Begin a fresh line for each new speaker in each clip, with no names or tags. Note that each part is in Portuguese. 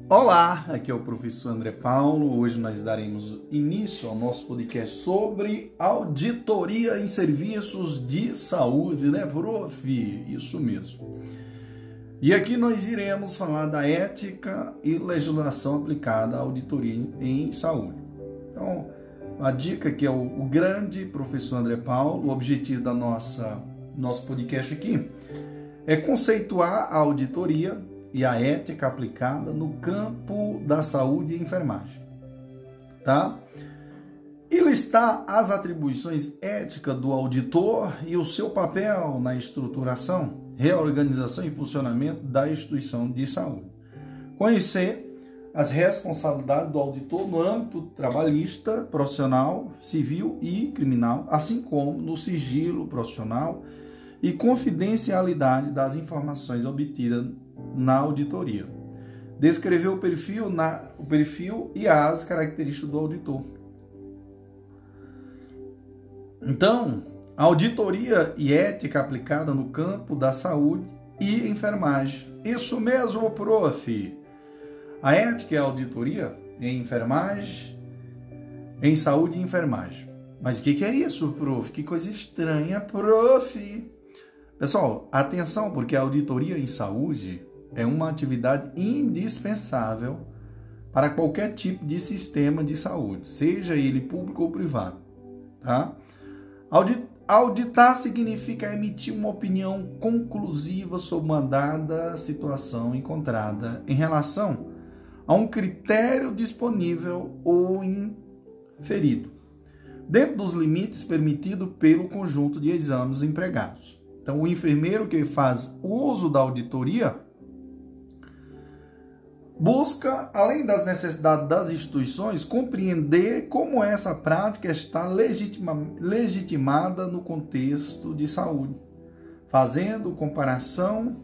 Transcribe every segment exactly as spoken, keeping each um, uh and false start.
Olá, aqui é o professor André Paulo. Hoje nós daremos início ao nosso podcast sobre auditoria em serviços de saúde, né, prof? Isso mesmo. E aqui nós iremos falar da ética e legislação aplicada à auditoria em saúde. Então, a dica que é o, o grande professor André Paulo, o objetivo da nossa nosso podcast aqui é conceituar a auditoria e a ética aplicada no campo da saúde e enfermagem, tá? E listar as atribuições éticas do auditor e o seu papel na estruturação, reorganização e funcionamento da instituição de saúde. Conhecer as responsabilidades do auditor no âmbito trabalhista, profissional, civil e criminal, assim como no sigilo profissional e confidencialidade das informações obtidas na auditoria. Descrever o perfil, na, o perfil e as características do auditor. Então, a auditoria e ética aplicada no campo da saúde e enfermagem. Isso mesmo, prof. A ética e a auditoria em enfermagem, em saúde e enfermagem. Mas o que é isso, prof? Que coisa estranha, prof. Pessoal, atenção, porque a auditoria em saúde é uma atividade indispensável para qualquer tipo de sistema de saúde, seja ele público ou privado, tá? Auditar significa emitir uma opinião conclusiva sobre uma dada situação encontrada em relação a um critério disponível ou inferido, dentro dos limites permitidos pelo conjunto de exames empregados. Então, o enfermeiro que faz uso da auditoria busca, além das necessidades das instituições, compreender como essa prática está legitima, legitimada no contexto de saúde, fazendo comparação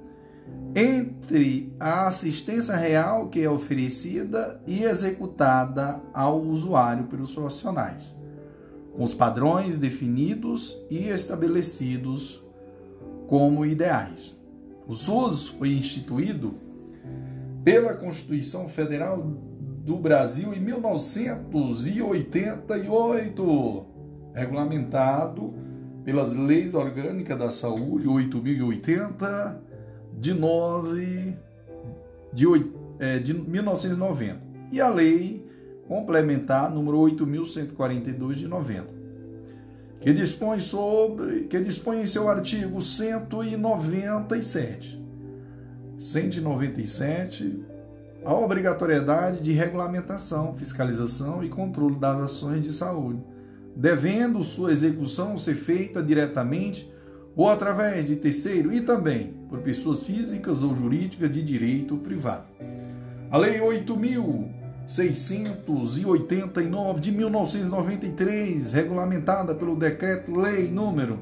entre a assistência real que é oferecida e executada ao usuário pelos profissionais, com os padrões definidos e estabelecidos como ideais. O SUS foi instituído pela Constituição Federal do Brasil em mil novecentos e oitenta e oito, regulamentado pelas Leis Orgânicas da Saúde oito mil e oitenta de nove de, é, de mil novecentos e noventa e a Lei Complementar número oito mil cento e quarenta e dois de noventa. Que dispõe sobre, que dispõe em seu artigo cento e noventa e sete, cento e noventa e sete, a obrigatoriedade de regulamentação, fiscalização e controle das ações de saúde, devendo sua execução ser feita diretamente ou através de terceiro e também por pessoas físicas ou jurídicas de direito privado. A Lei oito mil seiscentos e oitenta e nove de mil novecentos e noventa e três, regulamentada pelo Decreto-Lei número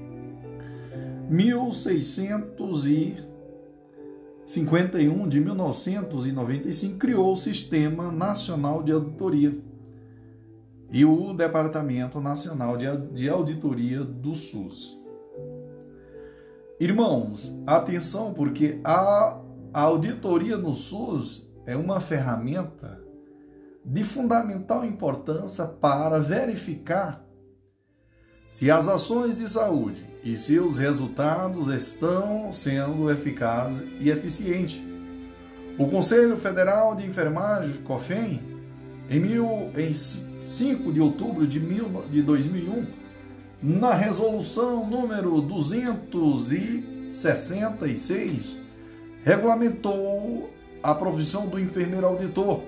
mil seiscentos e cinquenta e um de mil novecentos e noventa e cinco, criou o Sistema Nacional de Auditoria e o Departamento Nacional de Auditoria do SUS. Irmãos, atenção, porque a auditoria no SUS é uma ferramenta de fundamental importância para verificar se as ações de saúde e seus resultados estão sendo eficazes e eficientes. O Conselho Federal de Enfermagem, COFEN, em, mil, em cinco de outubro de, mil, de dois mil e um, na resolução número duzentos e sessenta e seis, regulamentou a profissão do enfermeiro auditor,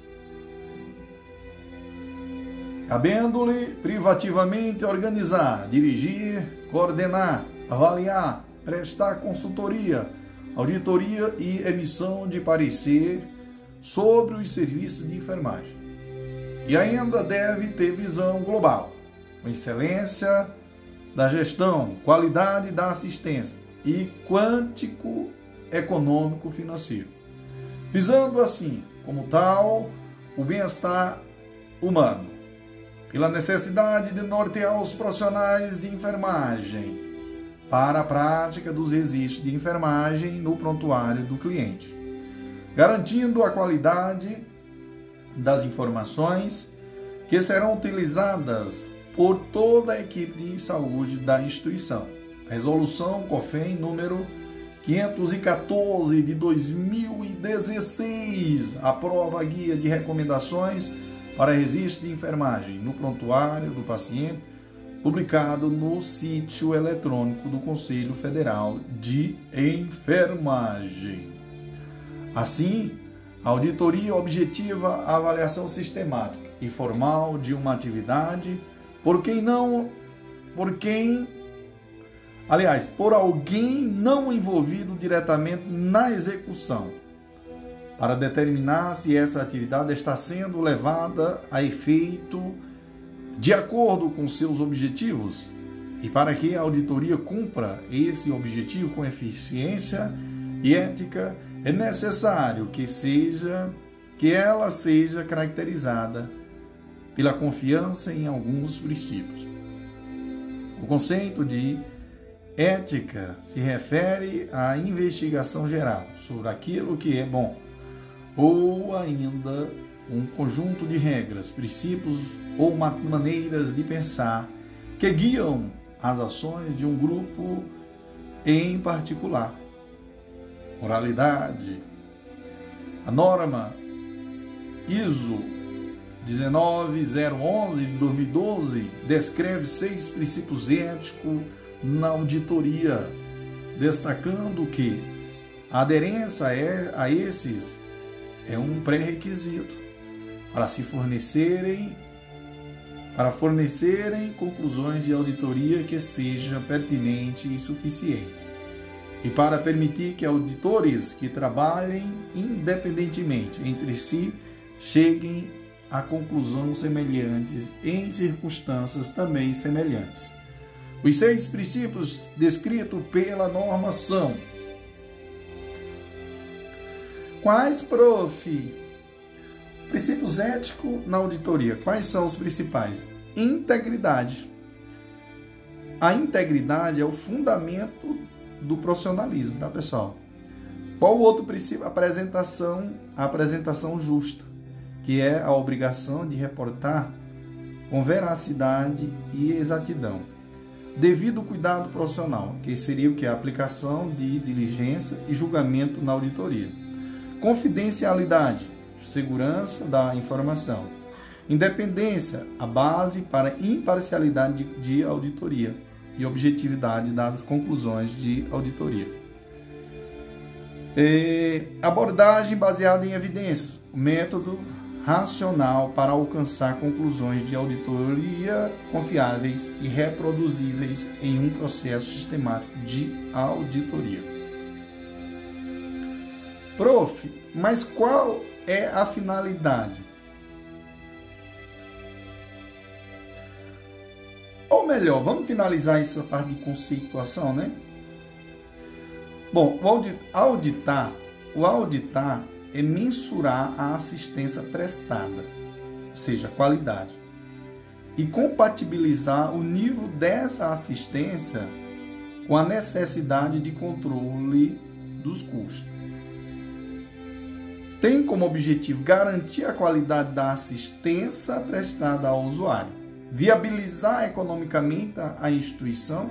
cabendo-lhe privativamente organizar, dirigir, coordenar, avaliar, prestar consultoria, auditoria e emissão de parecer sobre os serviços de enfermagem. E ainda deve ter visão global, com excelência da gestão, qualidade da assistência e quântico econômico financeiro, visando assim, como tal, o bem-estar humano, pela necessidade de nortear os profissionais de enfermagem para a prática dos exercícios de enfermagem no prontuário do cliente, garantindo a qualidade das informações que serão utilizadas por toda a equipe de saúde da instituição. A Resolução COFEM número quinhentos e quatorze de dois mil e dezesseis aprova a guia de recomendações para registro de enfermagem no prontuário do paciente, publicado no sítio eletrônico do Conselho Federal de Enfermagem. Assim, a auditoria objetiva a avaliação sistemática e formal de uma atividade por quem não, por quem, aliás, por alguém não envolvido diretamente na execução, para determinar se essa atividade está sendo levada a efeito de acordo com seus objetivos. E para que a auditoria cumpra esse objetivo com eficiência e ética, é necessário que seja que ela seja caracterizada pela confiança em alguns princípios. O conceito de ética se refere à investigação geral sobre aquilo que é bom, ou ainda um conjunto de regras, princípios ou maneiras de pensar que guiam as ações de um grupo em particular. Moralidade. A norma I S O dezenove zero onze de dois mil e doze descreve seis princípios éticos na auditoria, destacando que a aderência a esses é um pré-requisito para se fornecerem para fornecerem conclusões de auditoria que seja pertinente e suficiente, e para permitir que auditores que trabalhem independentemente entre si cheguem a conclusões semelhantes em circunstâncias também semelhantes. Os seis princípios descritos pela norma são: quais, prof? Princípios éticos na auditoria. Quais são os principais? Integridade. A integridade é o fundamento do profissionalismo, tá, pessoal? Qual o outro princípio? Apresentação, a apresentação justa, que é a obrigação de reportar com veracidade e exatidão, devido cuidado profissional, que seria o que? A aplicação de diligência e julgamento na auditoria. Confidencialidade, segurança da informação. Independência, a base para imparcialidade de, de auditoria e objetividade das conclusões de auditoria. E abordagem baseada em evidências, método racional para alcançar conclusões de auditoria confiáveis e reproduzíveis em um processo sistemático de auditoria. Prof, mas qual é a finalidade? Ou melhor, vamos finalizar essa parte de conceituação, né? Bom, o auditar, o auditar é mensurar a assistência prestada, ou seja, a qualidade, e compatibilizar o nível dessa assistência com a necessidade de controle dos custos. Tem como objetivo garantir a qualidade da assistência prestada ao usuário, viabilizar economicamente a instituição,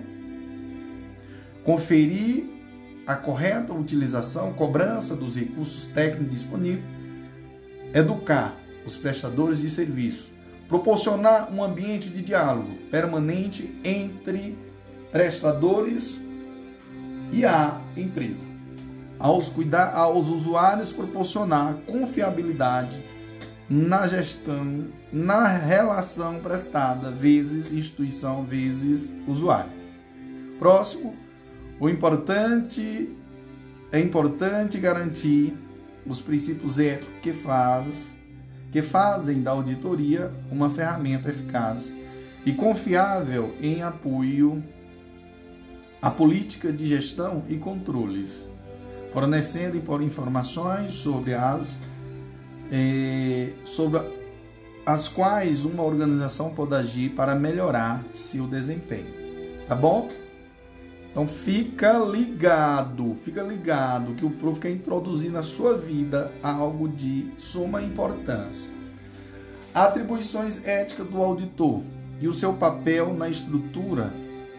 conferir a correta utilização, cobrança dos recursos técnicos disponíveis, educar os prestadores de serviço, proporcionar um ambiente de diálogo permanente entre prestadores e a empresa. Aos, cuidar, aos usuários proporcionar confiabilidade na gestão, na relação prestada, vezes instituição, vezes usuário. Próximo, o importante, é importante garantir os princípios éticos que, faz, que fazem da auditoria uma ferramenta eficaz e confiável em apoio à política de gestão e controles, fornecendo informações sobre as, eh, sobre as quais uma organização pode agir para melhorar seu desempenho. Tá bom? Então fica ligado, fica ligado que o prof quer introduzir na sua vida algo de suma importância. Atribuições éticas do auditor e o seu papel na estrutura,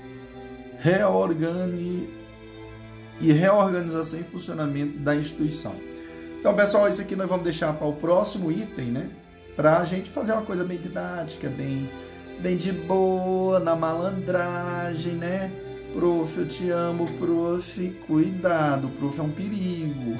reorgane e reorganização e funcionamento da instituição. Então, pessoal, isso aqui nós vamos deixar para o próximo item, né? Para a gente fazer uma coisa bem didática, bem, bem de boa, na malandragem, né? Prof, eu te amo, prof, cuidado, prof é um perigo.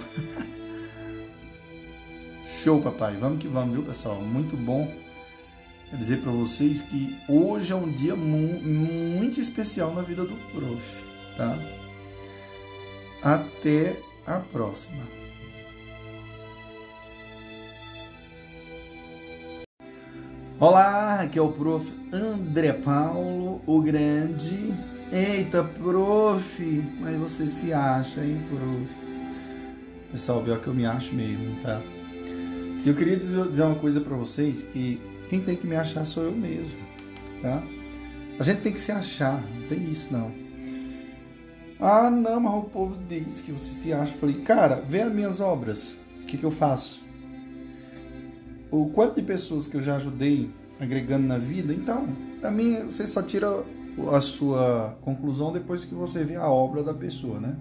Show, papai, vamos que vamos, viu, pessoal? Muito bom. Quero dizer para vocês que hoje é um dia mu muito especial na vida do prof, tá? Até a próxima. Olá, aqui é o prof André Paulo, o grande. Eita, prof, mas você se acha, hein, prof? Pessoal, pior que eu me acho mesmo, tá? Eu queria dizer uma coisa para vocês, que quem tem que me achar sou eu mesmo, tá? A gente tem que se achar, não tem isso não. Ah, não, mas o povo diz que você se acha. Eu falei, cara, vê as minhas obras, o que que eu faço? O quanto de pessoas que eu já ajudei agregando na vida, então, para mim, você só tira a sua conclusão depois que você vê a obra da pessoa, né?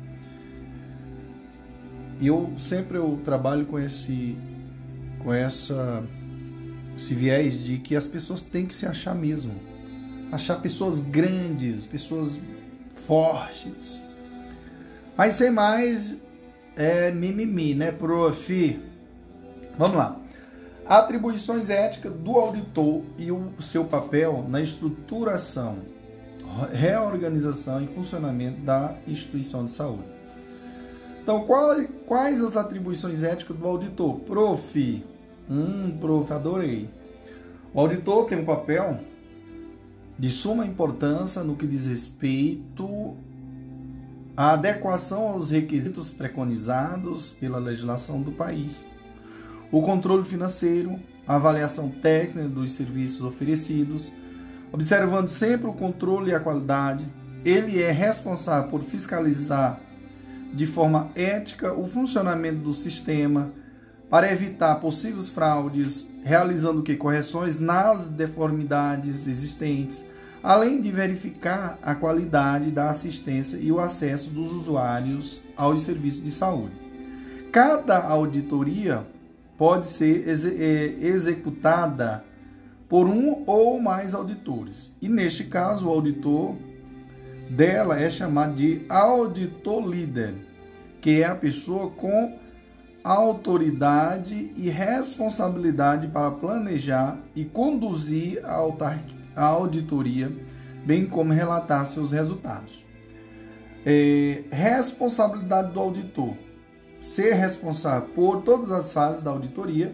E eu sempre eu trabalho com esse com essa esse viés de que as pessoas têm que se achar mesmo. Achar pessoas grandes, pessoas fortes. Mas sem mais é mimimi, né, prof? Vamos lá. Atribuições éticas do auditor e o seu papel na estruturação, reorganização e funcionamento da instituição de saúde. Então, quais, quais as atribuições éticas do auditor? Prof. Hum, prof, adorei. O auditor tem um papel de suma importância no que diz respeito à adequação aos requisitos preconizados pela legislação do país, o controle financeiro, a avaliação técnica dos serviços oferecidos, observando sempre o controle e a qualidade. Ele é responsável por fiscalizar de forma ética o funcionamento do sistema para evitar possíveis fraudes, realizando que correções nas deformidades existentes, além de verificar a qualidade da assistência e o acesso dos usuários aos serviços de saúde. Cada auditoria pode ser exe executada por um ou mais auditores. E neste caso, o auditor dela é chamado de auditor líder, que é a pessoa com autoridade e responsabilidade para planejar e conduzir a, a auditoria, bem como relatar seus resultados. É, responsabilidade do auditor: ser responsável por todas as fases da auditoria,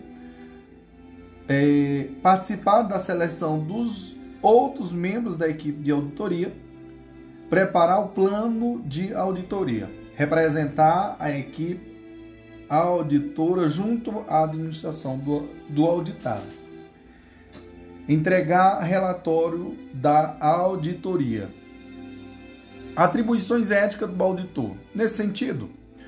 é, participar da seleção dos outros membros da equipe de auditoria, preparar o plano de auditoria, representar a equipe auditora junto à administração do, do auditado, entregar relatório da auditoria. Atribuições éticas do auditor. Nesse sentido,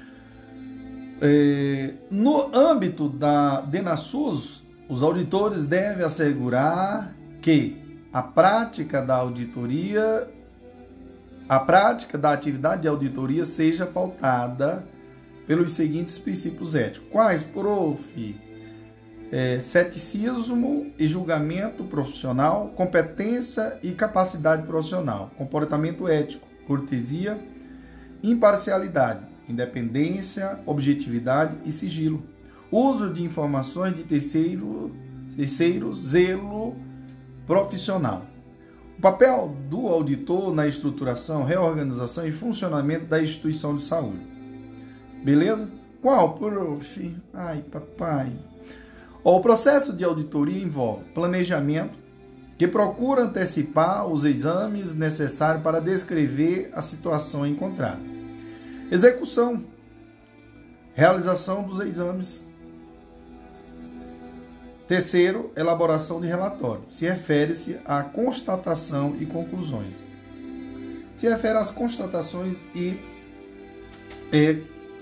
É, no âmbito da DENASUS, os auditores devem assegurar que a prática da auditoria, a prática da atividade de auditoria seja pautada pelos seguintes princípios éticos. Quais, prof? É, ceticismo e julgamento profissional, competência e capacidade profissional, comportamento ético, cortesia, imparcialidade, independência, objetividade e sigilo, uso de informações de terceiro, terceiro, zelo profissional. O papel do auditor na estruturação, reorganização e funcionamento da instituição de saúde. Beleza? Qual, prof? Ai, papai. O processo de auditoria envolve planejamento, que procura antecipar os exames necessários para descrever a situação encontrada. Execução, realização dos exames. Terceiro, elaboração de relatório. Se refere-se à constatação e conclusões. se refere às constatações e, e,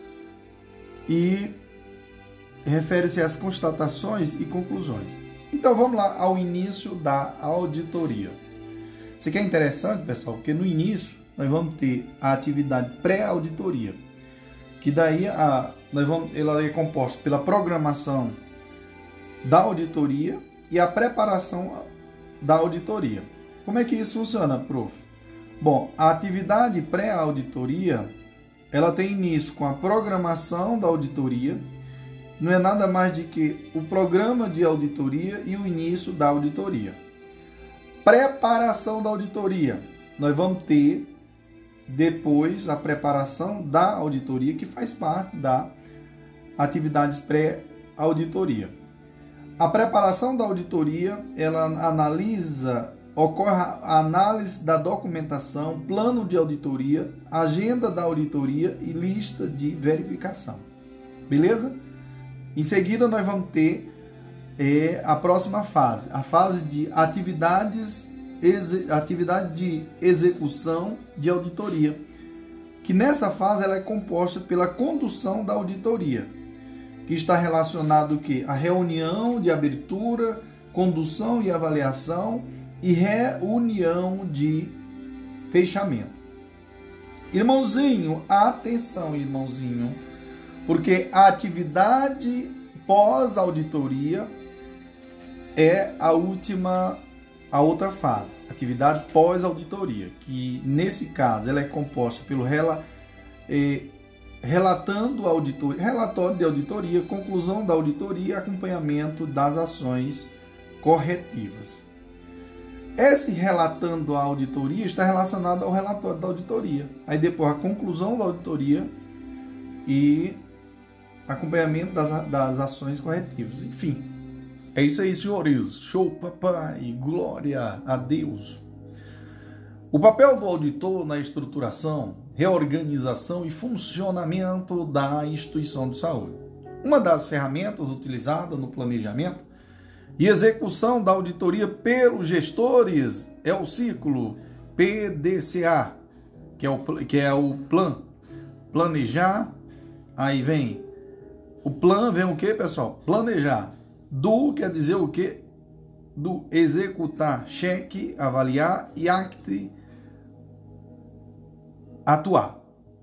e refere-se às constatações e conclusões. Então vamos lá ao início da auditoria. Isso aqui é interessante, pessoal, porque no início nós vamos ter a atividade pré-auditoria, que daí a, nós vamos, ela é composta pela programação da auditoria e a preparação da auditoria. Como é que isso funciona, prof? Bom, a atividade pré-auditoria, ela tem início com a programação da auditoria, não é nada mais de que o programa de auditoria e o início da auditoria. Preparação da auditoria, nós vamos ter depois a preparação da auditoria, que faz parte da atividades pré-auditoria. A preparação da auditoria, ela analisa, ocorre a análise da documentação, plano de auditoria, agenda da auditoria e lista de verificação. Beleza? Em seguida, nós vamos ter é, a próxima fase, a fase de atividades, exe, atividade de execução de auditoria, que nessa fase ela é composta pela condução da auditoria, que está relacionado que a reunião de abertura, condução e avaliação e reunião de fechamento. Irmãozinho, atenção, irmãozinho, porque a atividade pós-auditoria é a última, a outra fase, atividade pós-auditoria, que nesse caso ela é composta pelo rela, eh, relatando a auditoria, relatório de auditoria, conclusão da auditoria e acompanhamento das ações corretivas. Esse relatando a auditoria está relacionado ao relatório da auditoria. Aí depois a conclusão da auditoria e acompanhamento das, das ações corretivas. Enfim, é isso aí, senhores. Show, papai. Glória a Deus. O papel do auditor na estruturação, reorganização e funcionamento da instituição de saúde. Uma das ferramentas utilizadas no planejamento e execução da auditoria pelos gestores é o ciclo P D C A, que é o, que é o plan. Planejar, aí vem o plan, vem o que, pessoal? Planejar. Do quer dizer o que? Do executar, cheque, avaliar e act, atuar.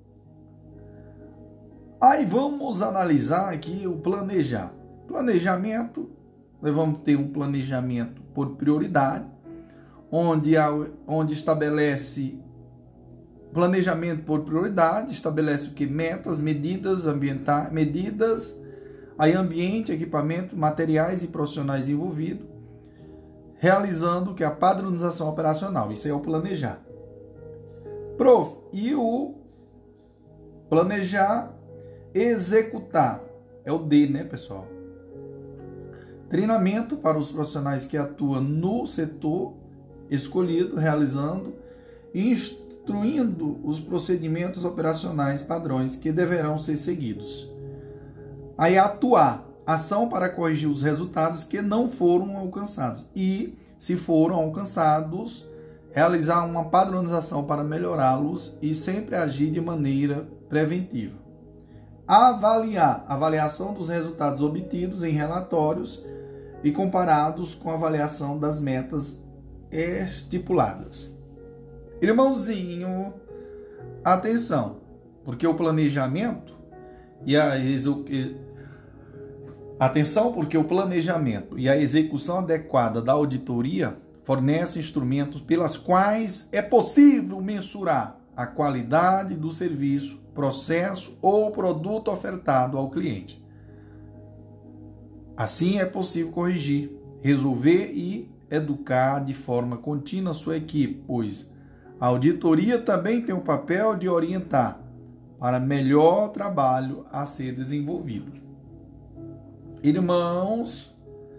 Aí vamos analisar aqui o planejar. Planejamento, nós vamos ter um planejamento por prioridade, onde, onde estabelece planejamento por prioridade, estabelece o que? Metas, medidas ambientais, medidas, aí ambiente, equipamento, materiais e profissionais envolvidos, realizando o que? A padronização operacional. Isso é o planejar. Prof, e o planejar, executar, é o D, né, pessoal? Treinamento para os profissionais que atuam no setor escolhido, realizando e instruindo os procedimentos operacionais padrões que deverão ser seguidos. Aí atuar, ação para corrigir os resultados que não foram alcançados e, se foram alcançados, realizar uma padronização para melhorá-los e sempre agir de maneira preventiva. Avaliar, avaliação dos resultados obtidos em relatórios e comparados com a avaliação das metas estipuladas. Irmãozinho, atenção, porque o planejamento e a atenção, porque o planejamento e a execução adequada da auditoria fornecem instrumentos pelas quais é possível mensurar a qualidade do serviço, processo ou produto ofertado ao cliente. Assim é possível corrigir, resolver e educar de forma contínua a sua equipe, pois a auditoria também tem o papel de orientar para melhor trabalho a ser desenvolvido. Irmãos,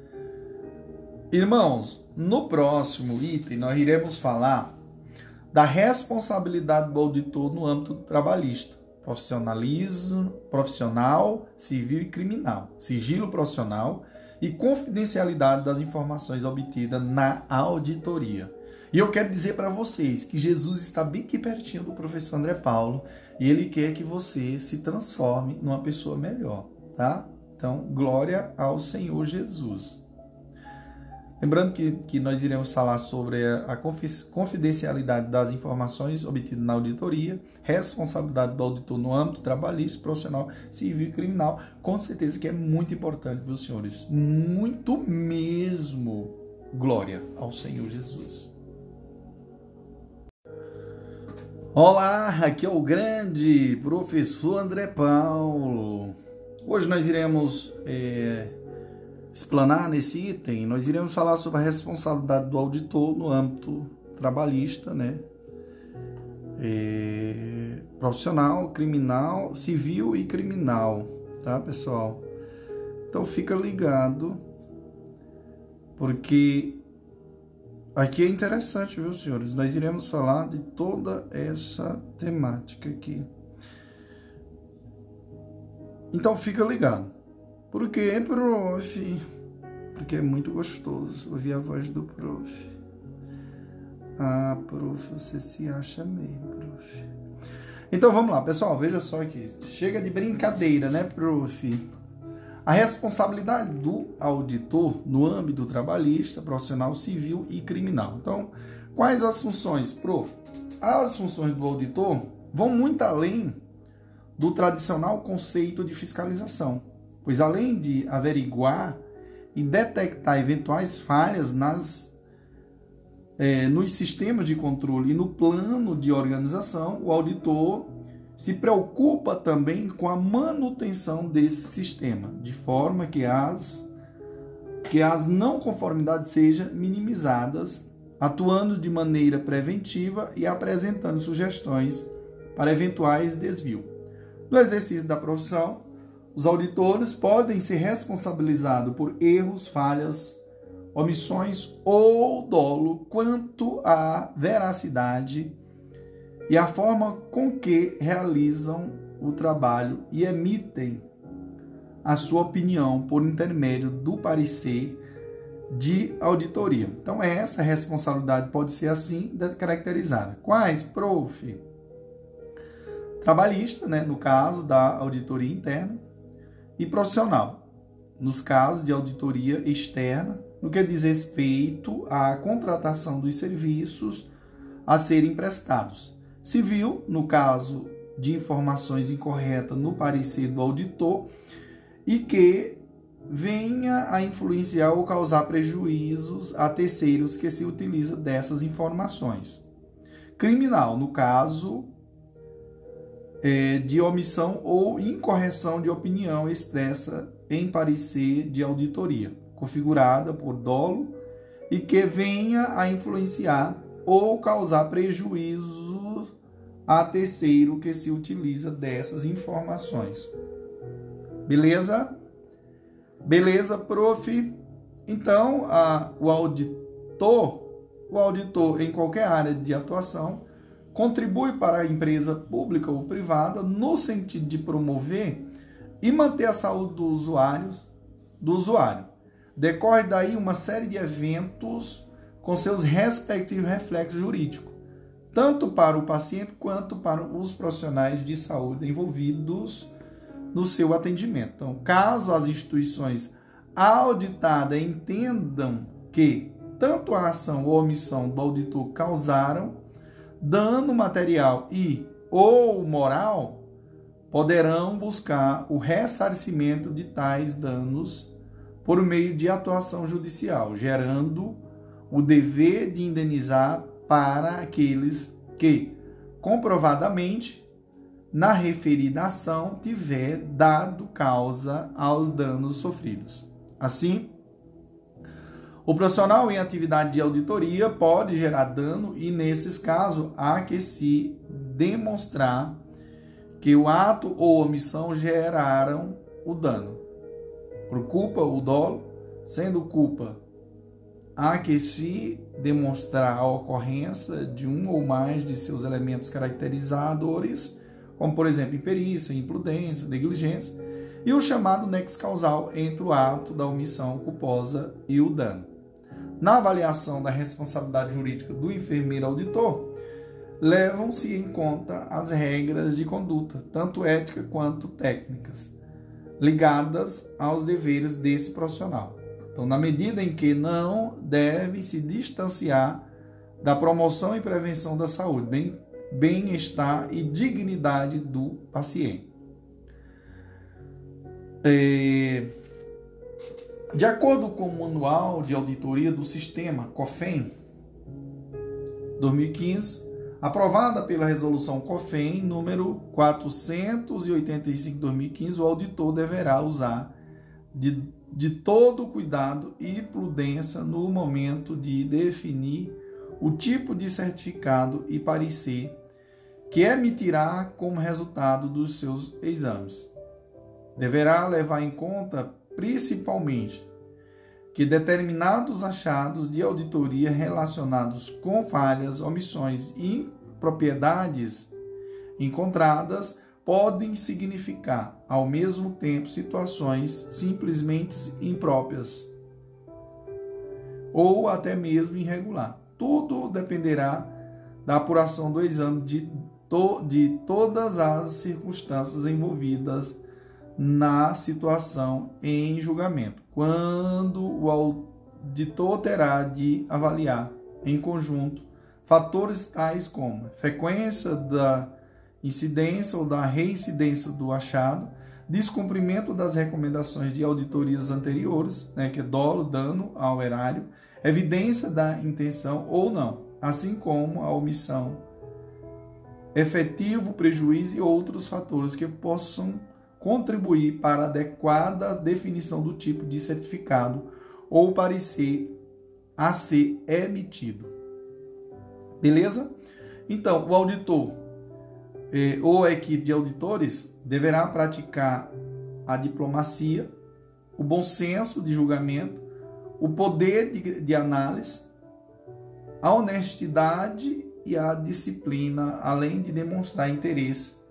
irmãos, no próximo item nós iremos falar da responsabilidade do auditor no âmbito trabalhista, profissionalismo, profissional, civil e criminal, sigilo profissional e confidencialidade das informações obtidas na auditoria. E eu quero dizer para vocês que Jesus está bem aqui pertinho do professor André Paulo e ele quer que você se transforme numa pessoa melhor, tá? Então, glória ao Senhor Jesus. Lembrando que, que nós iremos falar sobre a confidencialidade das informações obtidas na auditoria, responsabilidade do auditor no âmbito trabalhista, profissional, civil e criminal. Com certeza que é muito importante, viu, senhores? Muito mesmo. Glória ao Senhor Jesus. Olá, aqui é o grande professor André Paulo. Hoje nós iremos é, explanar nesse item, nós iremos falar sobre a responsabilidade do auditor no âmbito trabalhista, né? É, profissional, criminal, civil e criminal, tá, pessoal? Então fica ligado, porque aqui é interessante, viu, senhores? Nós iremos falar de toda essa temática aqui. Então fica ligado. Por quê, prof? Porque é muito gostoso ouvir a voz do prof. Ah, prof, você se acha mesmo, prof. Então vamos lá, pessoal, veja só aqui. Chega de brincadeira, né, prof? A responsabilidade do auditor no âmbito trabalhista, profissional, civil e criminal. Então, quais as funções, prof? As funções do auditor vão muito além do tradicional conceito de fiscalização, pois além de averiguar e detectar eventuais falhas nas, é, nos sistemas de controle e no plano de organização, o auditor se preocupa também com a manutenção desse sistema, de forma que as, que as não conformidades sejam minimizadas, atuando de maneira preventiva e apresentando sugestões para eventuais desvios. No exercício da profissão, os auditores podem ser responsabilizados por erros, falhas, omissões ou dolo quanto à veracidade e a forma com que realizam o trabalho e emitem a sua opinião por intermédio do parecer de auditoria. Então, essa responsabilidade pode ser assim caracterizada. Quais, prof? Trabalhista, né, no caso da auditoria interna, e profissional, nos casos de auditoria externa, no que diz respeito à contratação dos serviços a serem prestados. Civil, no caso de informações incorretas no parecer do auditor e que venha a influenciar ou causar prejuízos a terceiros que se utilizam dessas informações. Criminal, no caso é, de omissão ou incorreção de opinião expressa em parecer de auditoria, configurada por dolo e que venha a influenciar ou causar prejuízo a terceiro que se utiliza dessas informações. Beleza? Beleza, prof? Então, a, o auditor, o auditor em qualquer área de atuação, contribui para a empresa pública ou privada no sentido de promover e manter a saúde do usuário, do usuário. Decorre daí uma série de eventos com seus respectivos reflexos jurídicos, tanto para o paciente quanto para os profissionais de saúde envolvidos no seu atendimento. Então, caso as instituições auditadas entendam que tanto a ação ou omissão do auditor causaram dano material e ou moral, poderão buscar o ressarcimento de tais danos por meio de atuação judicial, gerando o dever de indenizar para aqueles que, comprovadamente, na referida ação, tiver dado causa aos danos sofridos. Assim, o profissional em atividade de auditoria pode gerar dano e, nesses casos, há que se demonstrar que o ato ou omissão geraram o dano. Por culpa ou dolo, sendo culpa, há que se demonstrar a ocorrência de um ou mais de seus elementos caracterizadores, como, por exemplo, imperícia, imprudência, negligência, e o chamado nexo causal entre o ato da omissão culposa e o dano. Na avaliação da responsabilidade jurídica do enfermeiro auditor, levam-se em conta as regras de conduta, tanto ética quanto técnicas, ligadas aos deveres desse profissional. Então, na medida em que não devem se distanciar da promoção e prevenção da saúde, bem, bem-estar e dignidade do paciente. É, de acordo com o Manual de Auditoria do Sistema COFEN dois mil e quinze, aprovada pela Resolução COFEN número quatrocentos e oitenta e cinco de dois mil e quinze, o auditor deverá usar de, de todo cuidado e prudência no momento de definir o tipo de certificado e parecer que emitirá como resultado dos seus exames. Deverá levar em conta, principalmente, que determinados achados de auditoria relacionados com falhas, omissões e impropriedades encontradas podem significar, ao mesmo tempo, situações simplesmente impróprias ou até mesmo irregular. Tudo dependerá da apuração do exame de, to- de todas as circunstâncias envolvidas na situação em julgamento, quando o auditor terá de avaliar em conjunto fatores tais como frequência da incidência ou da reincidência do achado, descumprimento das recomendações de auditorias anteriores, né, que é dolo, dano ao erário, evidência da intenção ou não, assim como a omissão, efetivo prejuízo e outros fatores que possam contribuir para a adequada definição do tipo de certificado ou parecer a ser emitido. Beleza? Então, o auditor eh, ou a equipe de auditores deverá praticar a diplomacia, o bom senso de julgamento, o poder de, de análise, a honestidade e a disciplina, além de demonstrar interesse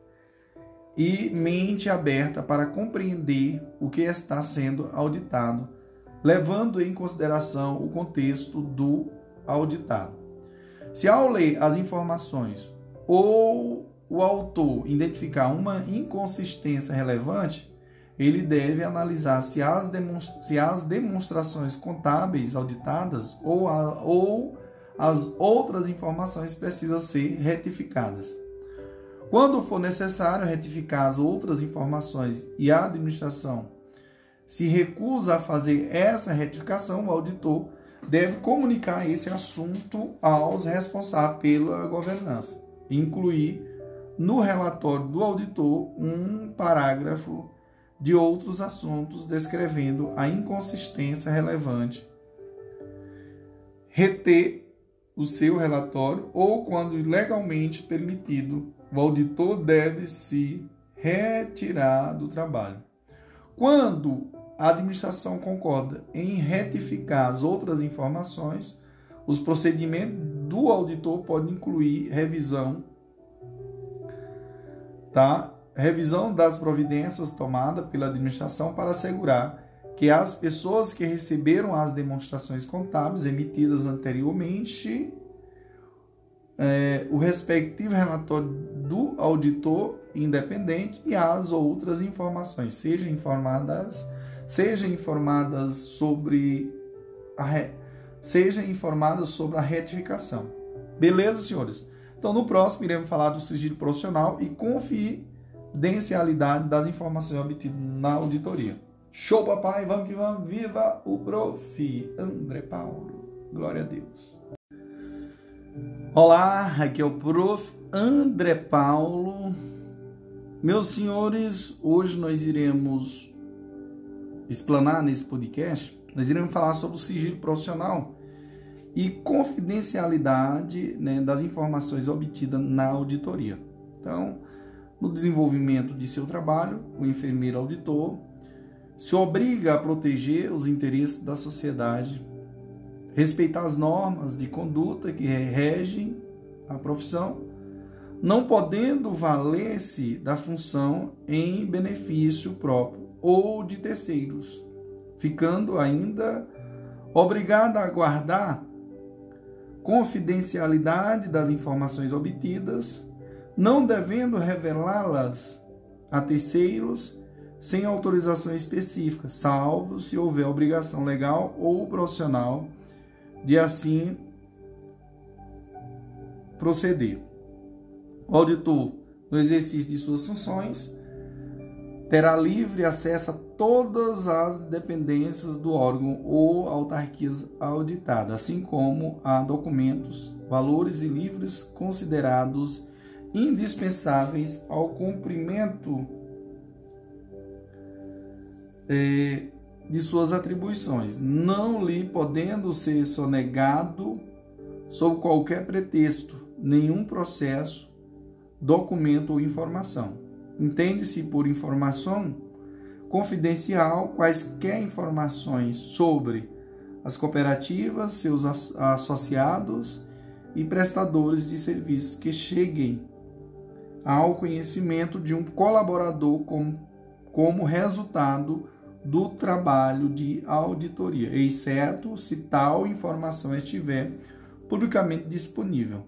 e mente aberta para compreender o que está sendo auditado, levando em consideração o contexto do auditado. Se ao ler as informações ou o autor identificar uma inconsistência relevante, ele deve analisar se as, demonstra- se as demonstrações contábeis auditadas ou, a, ou as outras informações precisam ser retificadas. Quando for necessário retificar as outras informações e a administração se recusa a fazer essa retificação, o auditor deve comunicar esse assunto aos responsáveis pela governança, incluir no relatório do auditor um parágrafo de outros assuntos descrevendo a inconsistência relevante, reter o seu relatório ou, quando legalmente permitido, o auditor deve se retirar do trabalho. Quando a administração concorda em retificar as outras informações, os procedimentos do auditor podem incluir revisão, tá? Revisão das providências tomadas pela administração para assegurar que as pessoas que receberam as demonstrações contábeis emitidas anteriormente, é, o respectivo relatório do auditor independente e as outras informações sejam informadas, sejam informadas sobre a re, sejam informadas sobre a retificação. Beleza, senhores? Então, no próximo iremos falar do sigilo profissional e confidencialidade das informações obtidas na auditoria. Show, papai! Vamos que vamos! Viva o prof. André Paulo! Glória a Deus! Olá, aqui é o prof. André Paulo. Meus senhores, hoje nós iremos explanar nesse podcast, nós iremos falar sobre o sigilo profissional e confidencialidade, né, das informações obtidas na auditoria. Então, no desenvolvimento de seu trabalho, o enfermeiro auditor se obriga a proteger os interesses da sociedade, respeitar as normas de conduta que regem a profissão, não podendo valer-se da função em benefício próprio ou de terceiros, ficando ainda obrigada a guardar confidencialidade das informações obtidas, não devendo revelá-las a terceiros sem autorização específica, salvo se houver obrigação legal ou profissional de assim proceder. O auditor, no exercício de suas funções, terá livre acesso a todas as dependências do órgão ou autarquias auditadas, assim como a documentos, valores e livros considerados indispensáveis ao cumprimento eh, de suas atribuições, não lhe podendo ser sonegado, sob qualquer pretexto, nenhum processo, documento ou informação. Entende-se por informação confidencial quaisquer informações sobre as cooperativas, seus associados e prestadores de serviços que cheguem ao conhecimento de um colaborador como, como resultado do trabalho de auditoria, exceto se tal informação estiver publicamente disponível.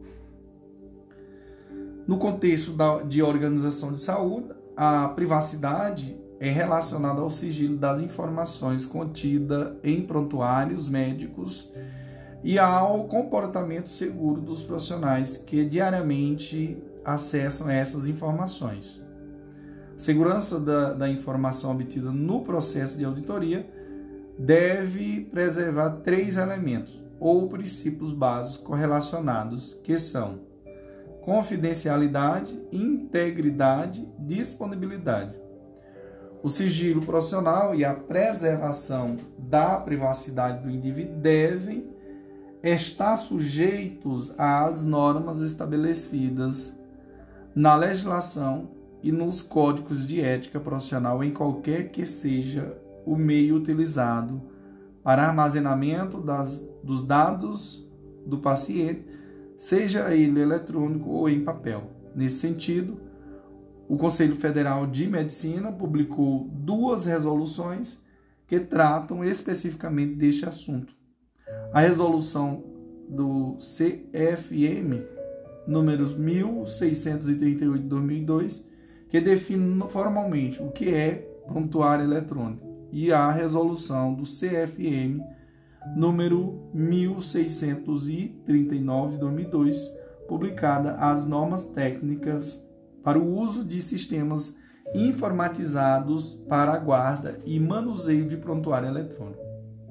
No contexto da, de organização de saúde, a privacidade é relacionada ao sigilo das informações contidas em prontuários médicos e ao comportamento seguro dos profissionais que diariamente acessam essas informações. Segurança da, da informação obtida no processo de auditoria deve preservar três elementos ou princípios básicos correlacionados, que são confidencialidade, integridade, disponibilidade. O sigilo profissional e a preservação da privacidade do indivíduo devem estar sujeitos às normas estabelecidas na legislação e nos códigos de ética profissional em qualquer que seja o meio utilizado para armazenamento das, dos dados do paciente, seja ele eletrônico ou em papel. Nesse sentido, o Conselho Federal de Medicina publicou duas resoluções que tratam especificamente deste assunto. A resolução do C F M, número mil seiscentos e trinta e oito de dois mil e dois, que define formalmente o que é prontuário eletrônico, e a resolução do C F M, número mil seiscentos e trinta e nove de dois mil e dois, publicada as normas técnicas para o uso de sistemas informatizados para a guarda e manuseio de prontuário eletrônico.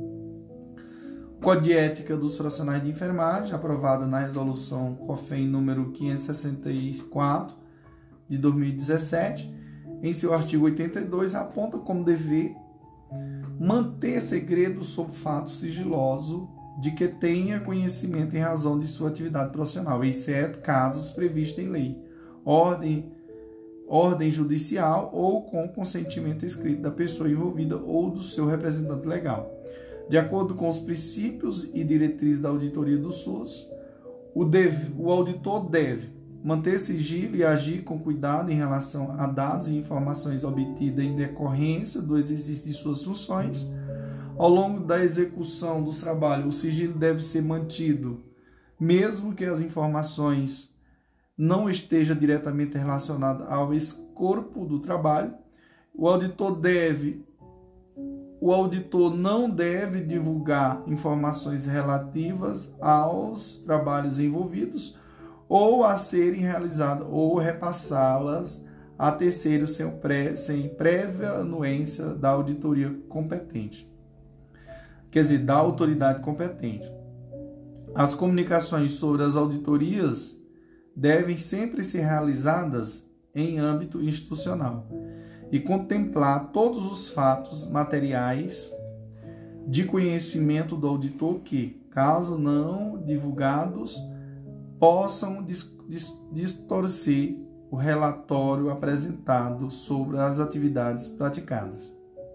O Código de Ética dos Profissionais de Enfermagem, aprovada na resolução COFEN número quinhentos e sessenta e quatro de dois mil e dezessete, em seu artigo oitenta e dois, aponta como dever manter segredo sobre fato sigiloso de que tenha conhecimento em razão de sua atividade profissional, exceto casos previstos em lei, ordem, ordem judicial ou com consentimento escrito da pessoa envolvida ou do seu representante legal. De acordo com os princípios e diretrizes da auditoria do SUS, o, deve, o auditor deve manter sigilo e agir com cuidado em relação a dados e informações obtidas em decorrência do exercício de suas funções. Ao longo da execução dos trabalhos, o sigilo deve ser mantido, mesmo que as informações não estejam diretamente relacionadas ao escopo do trabalho. O auditor deve, o auditor não deve divulgar informações relativas aos trabalhos envolvidos ou a serem realizadas ou repassá-las a terceiros sem, pré, sem prévia anuência da auditoria competente. Quer dizer, da autoridade competente. As comunicações sobre as auditorias devem sempre ser realizadas em âmbito institucional e contemplar todos os fatos materiais de conhecimento do auditor que, caso não divulgados, possam distorcer o relatório apresentado sobre as atividades praticadas.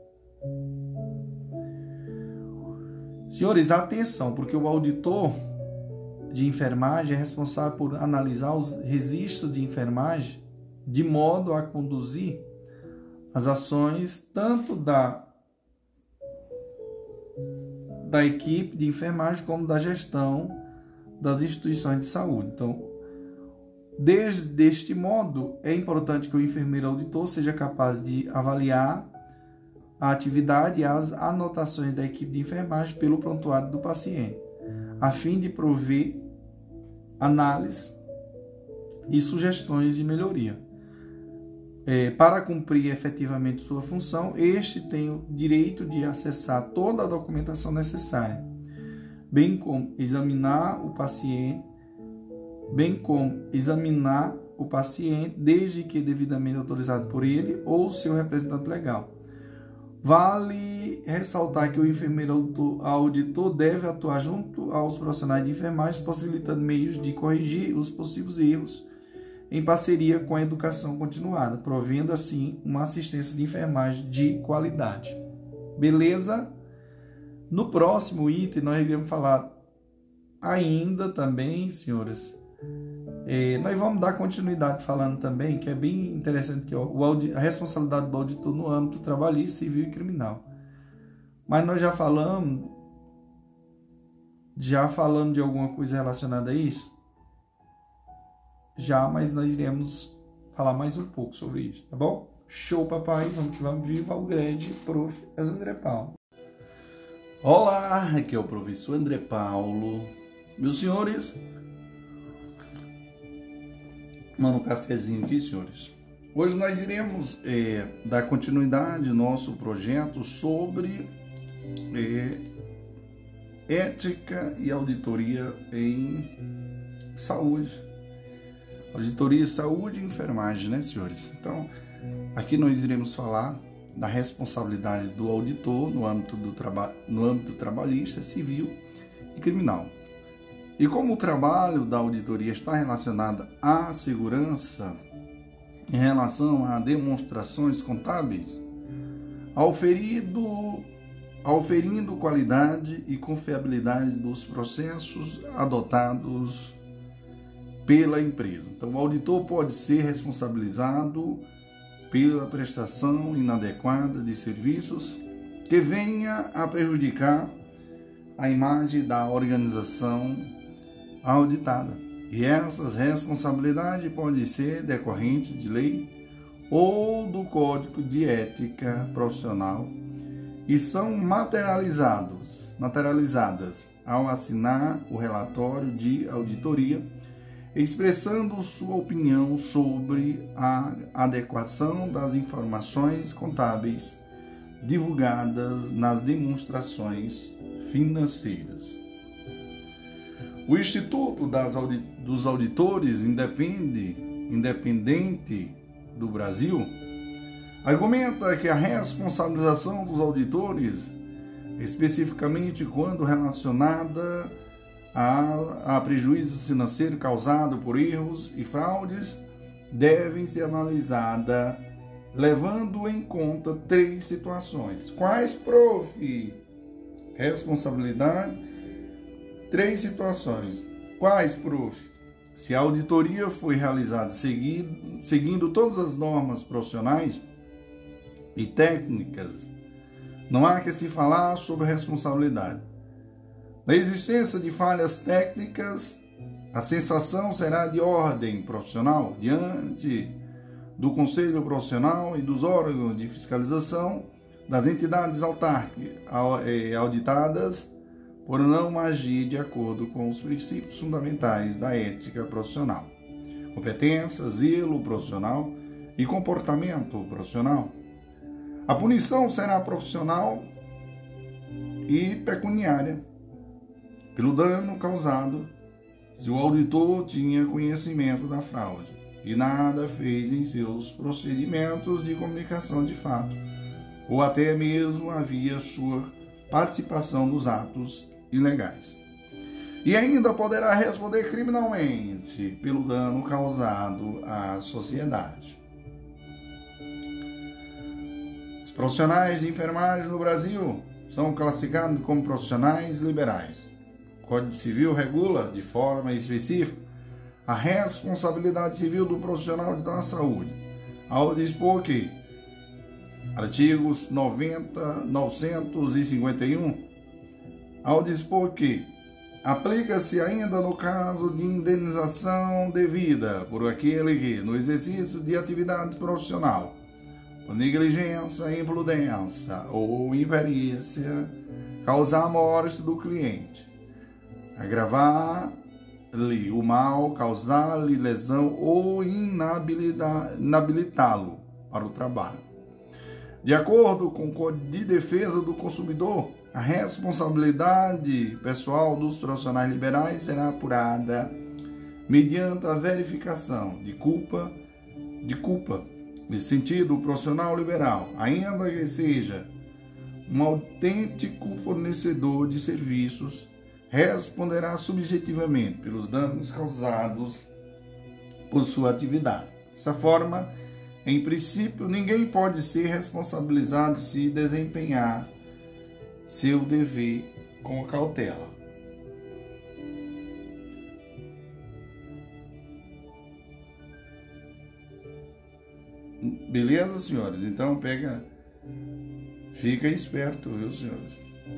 Senhores, atenção, porque o auditor de enfermagem é responsável por analisar os registros de enfermagem de modo a conduzir as ações tanto da, da equipe de enfermagem como da gestão das instituições de saúde. Então, desde este modo, é importante que o enfermeiro auditor seja capaz de avaliar a atividade e as anotações da equipe de enfermagem pelo prontuário do paciente, a fim de prover análise e sugestões de melhoria. É, para cumprir efetivamente sua função, este tem o direito de acessar toda a documentação necessária, bem como examinar o paciente, bem como examinar o paciente, desde que devidamente autorizado por ele ou seu representante legal. Vale ressaltar que o enfermeiro auditor deve atuar junto aos profissionais de enfermagem, possibilitando meios de corrigir os possíveis erros em parceria com a educação continuada, provendo assim uma assistência de enfermagem de qualidade. Beleza? No próximo item nós iremos falar ainda também, senhores, é, nós vamos dar continuidade falando também, que é bem interessante, que ó, o audi- a responsabilidade do auditor no âmbito trabalhista, civil e criminal. Mas nós já falamos, já falamos de alguma coisa relacionada a isso? Já, mas nós iremos falar mais um pouco sobre isso, tá bom? Show, papai! Vamos que vamos! Viva o grande prof. André Paulo! Olá, aqui é o professor André Paulo. Meus senhores, mano, um cafezinho aqui, senhores. Hoje nós iremos é, dar continuidade ao nosso projeto sobre é, ética e auditoria em saúde. Auditoria, saúde e enfermagem, né, senhores? Então, aqui nós iremos falar da responsabilidade do auditor no âmbito, do traba- no âmbito trabalhista, civil e criminal. E como o trabalho da auditoria está relacionado à segurança em relação a demonstrações contábeis, auferido, auferindo qualidade e confiabilidade dos processos adotados pela empresa. Então, o auditor pode ser responsabilizado pela prestação inadequada de serviços que venha a prejudicar a imagem da organização auditada. E essas responsabilidades podem ser decorrentes de lei ou do Código de Ética Profissional e são materializados, materializadas ao assinar o relatório de auditoria, expressando sua opinião sobre a adequação das informações contábeis divulgadas nas demonstrações financeiras. O Instituto das Audi- dos Auditores Independe, Independente do Brasil argumenta que a responsabilização dos auditores, especificamente quando relacionada a, a prejuízo financeiro causado por erros e fraudes, devem ser analisadas levando em conta três situações. Quais, prof? Responsabilidade, três situações. Quais, prof? Se a auditoria foi realizada seguindo, seguindo todas as normas profissionais e técnicas, não há que se falar sobre responsabilidade. Na existência de falhas técnicas, a sensação será de ordem profissional diante do Conselho Profissional e dos órgãos de fiscalização das entidades autárquicas auditadas por não agir de acordo com os princípios fundamentais da ética profissional, competência, zelo profissional e comportamento profissional. A punição será profissional e pecuniária pelo dano causado se o auditor tinha conhecimento da fraude e nada fez em seus procedimentos de comunicação de fato, ou até mesmo havia sua participação nos atos ilegais. E ainda poderá responder criminalmente pelo dano causado à sociedade. Os profissionais de enfermagem no Brasil são classificados como profissionais liberais. O Código Civil regula de forma específica a responsabilidade civil do profissional da saúde, ao dispor que artigos noventa, novecentos e cinquenta e um ao dispor que aplica-se ainda no caso de indenização devida por aquele que, no exercício de atividade profissional, por negligência, imprudência ou imperícia, causar a morte do cliente, agravar-lhe o mal, causar-lhe lesão ou inabilitá-lo para o trabalho. De acordo com o Código de Defesa do Consumidor, a responsabilidade pessoal dos profissionais liberais será apurada mediante a verificação de culpa, de culpa, nesse sentido, o profissional liberal, ainda que seja um autêntico fornecedor de serviços, responderá subjetivamente pelos danos causados por sua atividade. Dessa forma, em princípio, ninguém pode ser responsabilizado se desempenhar seu dever com cautela. Beleza, senhores? Então, pega, fica esperto, viu, senhores?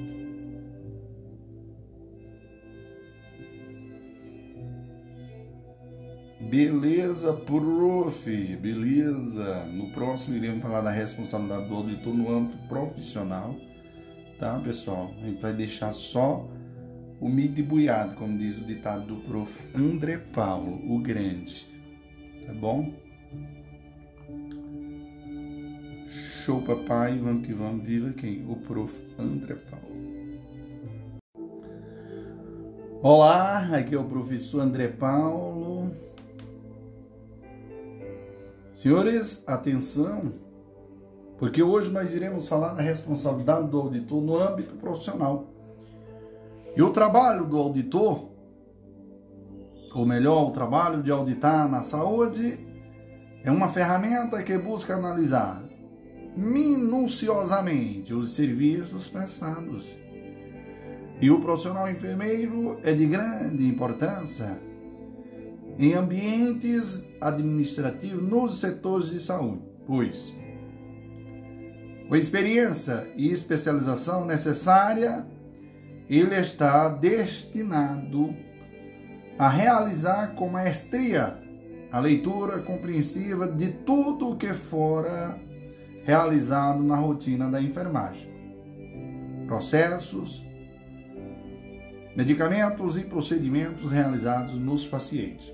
Beleza, prof. Beleza. No próximo iremos falar da responsabilidade do auditor no âmbito profissional. Tá, pessoal? A gente vai deixar só o milho buiado, como diz o ditado do prof. André Paulo, o grande. Tá bom? Show, papai. Vamos que vamos. Viva quem? O prof. André Paulo. Olá, aqui é o professor André Paulo. Senhores, atenção, porque hoje nós iremos falar da responsabilidade do auditor no âmbito profissional. E o trabalho do auditor, ou melhor, o trabalho de auditar na saúde, é uma ferramenta que busca analisar minuciosamente os serviços prestados. E o profissional enfermeiro é de grande importância em ambientes administrativos nos setores de saúde, pois, com a experiência e especialização necessária, ele está destinado a realizar com maestria a leitura compreensiva de tudo o que fora realizado na rotina da enfermagem. Processos, medicamentos e procedimentos realizados nos pacientes.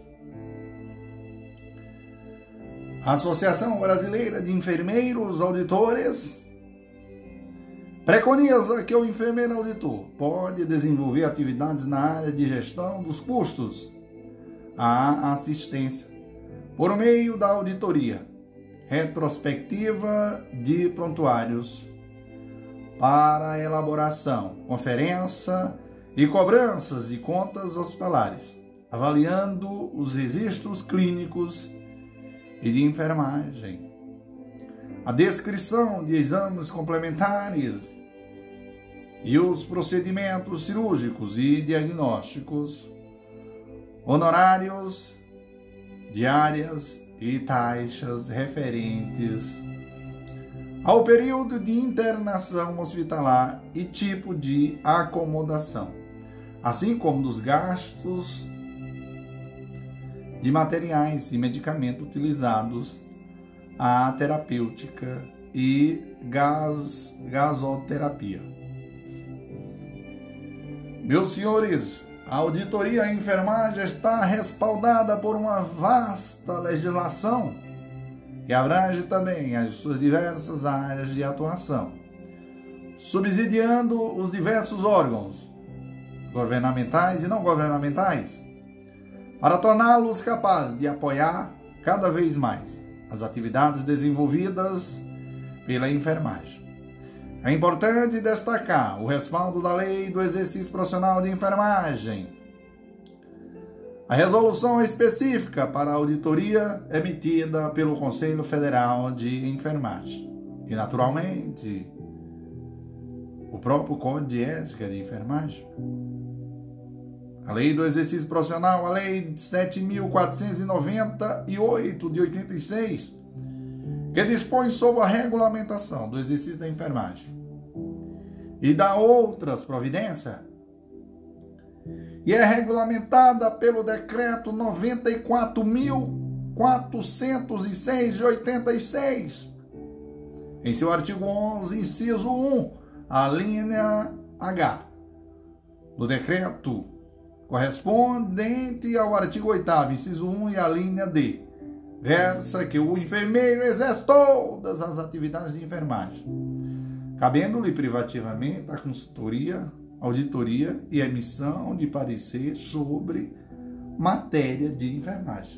A Associação Brasileira de Enfermeiros Auditores preconiza que o enfermeiro auditor pode desenvolver atividades na área de gestão dos custos à assistência por meio da auditoria retrospectiva de prontuários para elaboração, conferência e cobranças de contas hospitalares, avaliando os registros clínicos e de enfermagem, a descrição de exames complementares e os procedimentos cirúrgicos e diagnósticos, honorários, diárias e taxas referentes ao período de internação hospitalar e tipo de acomodação, assim como dos gastos de materiais e medicamentos utilizados, a terapêutica e gas, gasoterapia. Meus senhores, a auditoria em enfermagem está respaldada por uma vasta legislação que abrange também as suas diversas áreas de atuação, subsidiando os diversos órgãos governamentais e não governamentais, para torná-los capazes de apoiar cada vez mais as atividades desenvolvidas pela enfermagem. É importante destacar o respaldo da Lei do Exercício Profissional de Enfermagem. A resolução específica para a auditoria emitida pelo Conselho Federal de Enfermagem. E, naturalmente, o próprio Código de Ética de Enfermagem. A Lei do Exercício Profissional, a Lei sete mil quatrocentos e noventa e oito de oitenta e seis, que dispõe sobre a regulamentação do exercício da enfermagem e dá outras providências e é regulamentada pelo Decreto noventa e quatro mil quatrocentos e seis de oitenta e seis. Em seu artigo onze, inciso um, a linha H do decreto correspondente ao artigo oitavo, inciso um, e a linha D, versa que o enfermeiro exerce todas as atividades de enfermagem, cabendo-lhe privativamente a consultoria, auditoria e emissão de parecer sobre matéria de enfermagem.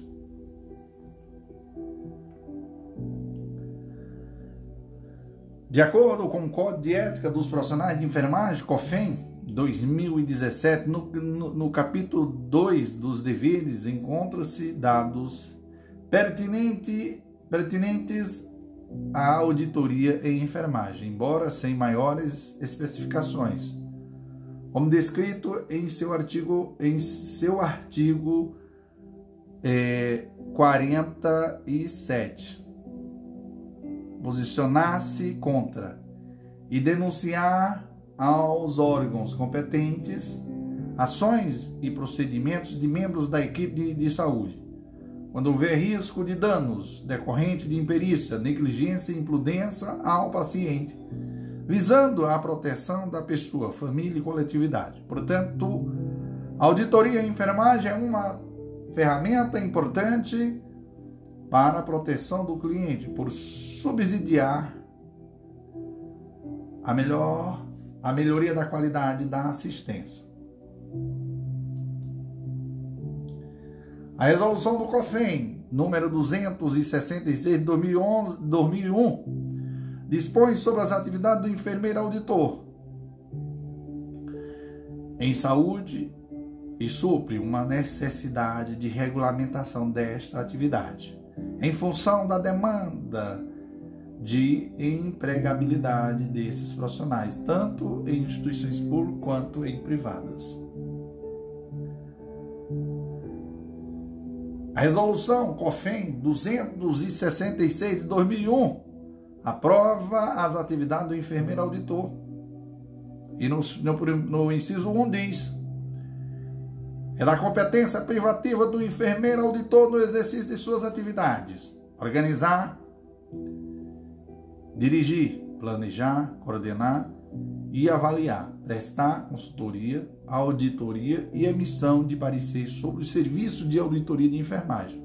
De acordo com o Código de Ética dos Profissionais de Enfermagem, COFEN, dois mil e dezessete, no, no, no capítulo dois dos deveres, encontram-se dados pertinente, pertinentes à auditoria em enfermagem, embora sem maiores especificações, como descrito em seu artigo, em seu artigo é, quarenta e sete. Posicionar-se contra e denunciar aos órgãos competentes ações e procedimentos de membros da equipe de, de saúde, quando houver risco de danos decorrente de imperícia, negligência e imprudência ao paciente, visando a proteção da pessoa, família e coletividade. Portanto, a auditoria em enfermagem é uma ferramenta importante para a proteção do cliente, por subsidiar a, melhor, a melhoria da qualidade da assistência. A resolução do COFEN, número duzentos e sessenta e seis de dois mil e onze, dois mil e um, dispõe sobre as atividades do enfermeiro auditor em saúde e supre uma necessidade de regulamentação desta atividade, em função da demanda de empregabilidade desses profissionais, tanto em instituições públicas quanto em privadas. A resolução COFEN duzentos e sessenta e seis de dois mil e um aprova as atividades do enfermeiro auditor. E no, no, no inciso um diz: é da competência privativa do enfermeiro auditor no exercício de suas atividades organizar, dirigir, planejar, coordenar e avaliar, prestar consultoria, auditoria e emissão de parecer sobre o serviço de auditoria de enfermagem.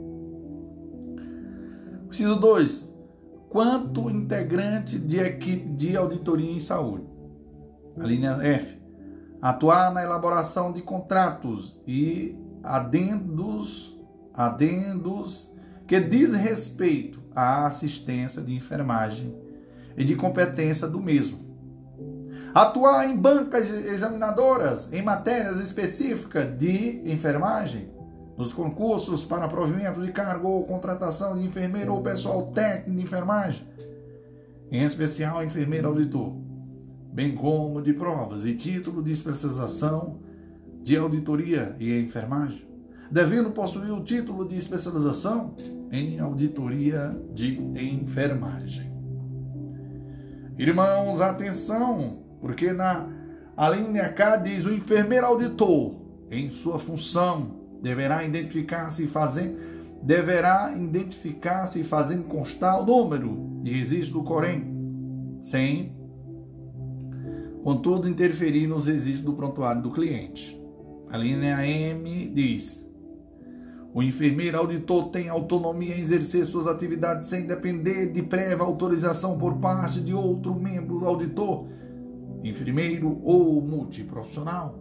Inciso dois. Quanto integrante de equipe de auditoria em saúde. A linha F. Atuar na elaboração de contratos e adendos, adendos que diz respeito à assistência de enfermagem e de competência do mesmo. Atuar em bancas examinadoras em matérias específicas de enfermagem, nos concursos para provimento de cargo ou contratação de enfermeiro ou pessoal técnico de enfermagem, em especial enfermeiro auditor, bem como de provas e título de especialização de auditoria e enfermagem, devendo possuir o título de especialização em auditoria de enfermagem. Irmãos, atenção, porque na a linha K diz: o enfermeiro auditor, em sua função, deverá identificar-se e fazer, deverá identificar-se e fazer constar o número de registro do COREM, sem, contudo, interferir nos registros do prontuário do cliente. A linha M diz: o enfermeiro auditor tem autonomia em exercer suas atividades sem depender de prévia autorização por parte de outro membro do auditor, enfermeiro ou multiprofissional.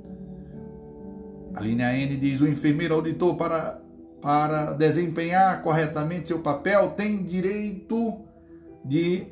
A linha N diz: o enfermeiro auditor, para, para desempenhar corretamente seu papel, tem direito de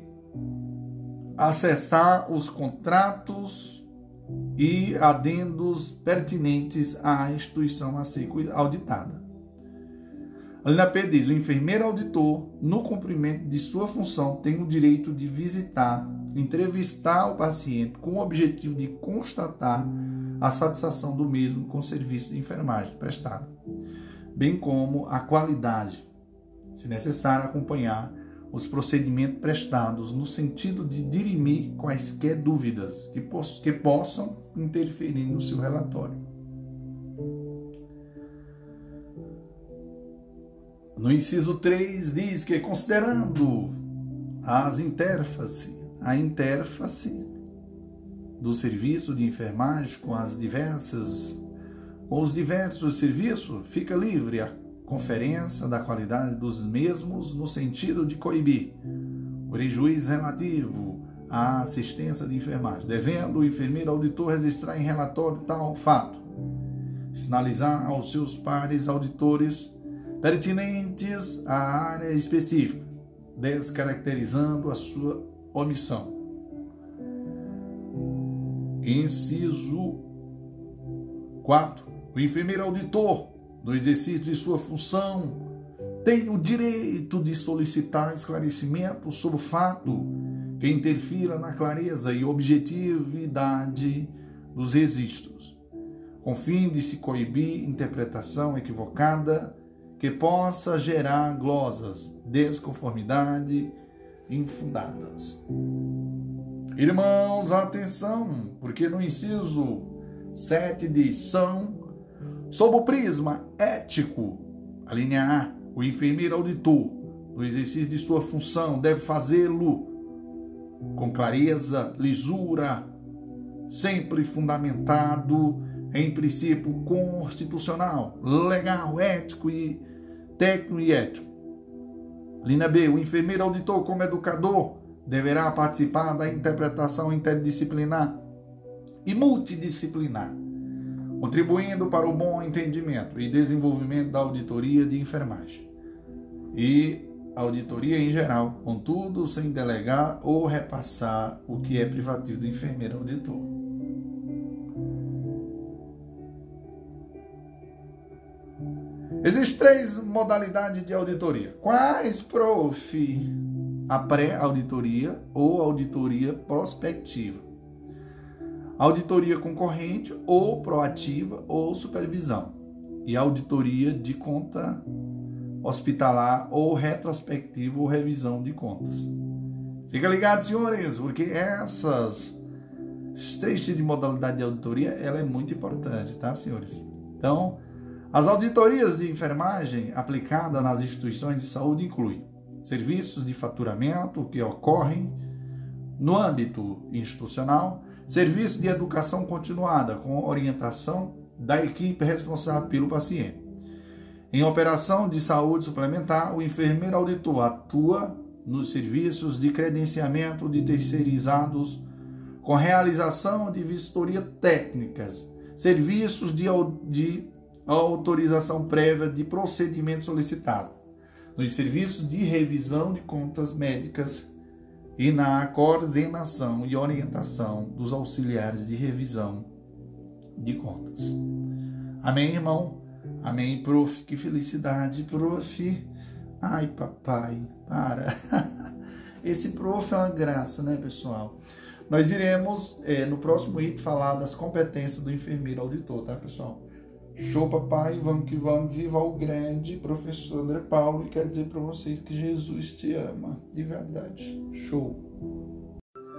acessar os contratos e adendos pertinentes à instituição a ser auditada. A linha P diz: o enfermeiro auditor, no cumprimento de sua função, tem o direito de visitar, entrevistar o paciente com o objetivo de constatar a satisfação do mesmo com o serviço de enfermagem prestado, bem como a qualidade, se necessário, acompanhar os procedimentos prestados no sentido de dirimir quaisquer dúvidas que, poss- que possam interferir no seu relatório. No inciso três diz que, considerando as interface, a interface do serviço de enfermagem com as diversas, com os diversos serviços, fica livre a conferência da qualidade dos mesmos no sentido de coibir o prejuízo relativo à assistência de enfermagem, devendo o enfermeiro auditor registrar em relatório tal fato, sinalizar aos seus pares auditores pertinentes à área específica, descaracterizando a sua omissão. Inciso quatro. O enfermeiro auditor, no exercício de sua função, tem o direito de solicitar esclarecimento sobre o fato que interfira na clareza e objetividade dos registros, com fim de se coibir interpretação equivocada que possa gerar glosas, desconformidade infundadas. Irmãos, atenção, porque no inciso sete diz: são, sob o prisma ético, a linha A, o enfermeiro auditor, no exercício de sua função, deve fazê-lo com clareza, lisura, sempre fundamentado em princípio constitucional, legal, ético e técnico e ético. Linha B, o enfermeiro auditor, como educador, deverá participar da interpretação interdisciplinar e multidisciplinar, contribuindo para o bom entendimento e desenvolvimento da auditoria de enfermagem e auditoria em geral, contudo, sem delegar ou repassar o que é privativo do enfermeiro auditor. Existem três modalidades de auditoria. Quais, prof? A pré-auditoria ou auditoria prospectiva. Auditoria concorrente ou proativa ou supervisão. E auditoria de conta hospitalar ou retrospectiva ou revisão de contas. Fica ligado, senhores, porque essas três tipos de modalidade de auditoria, ela é muito importante, tá, senhores? Então, as auditorias de enfermagem aplicadas nas instituições de saúde incluem serviços de faturamento que ocorrem no âmbito institucional, serviço de educação continuada com orientação da equipe responsável pelo paciente. Em operação de saúde suplementar, o enfermeiro auditor atua nos serviços de credenciamento de terceirizados com realização de vistoria técnicas, serviços de, de autorização prévia de procedimento solicitado, nos serviços de revisão de contas médicas e na coordenação e orientação dos auxiliares de revisão de contas. Amém, irmão? Amém, prof? Que felicidade, prof. Ai, papai, para. Esse prof é uma graça, né, pessoal? Nós iremos, é, no próximo item, falar das competências do enfermeiro auditor, tá, pessoal? Show, papai, vamos que vamos, viva o grande professor André Paulo, e quero dizer para vocês que Jesus te ama, de verdade. Show.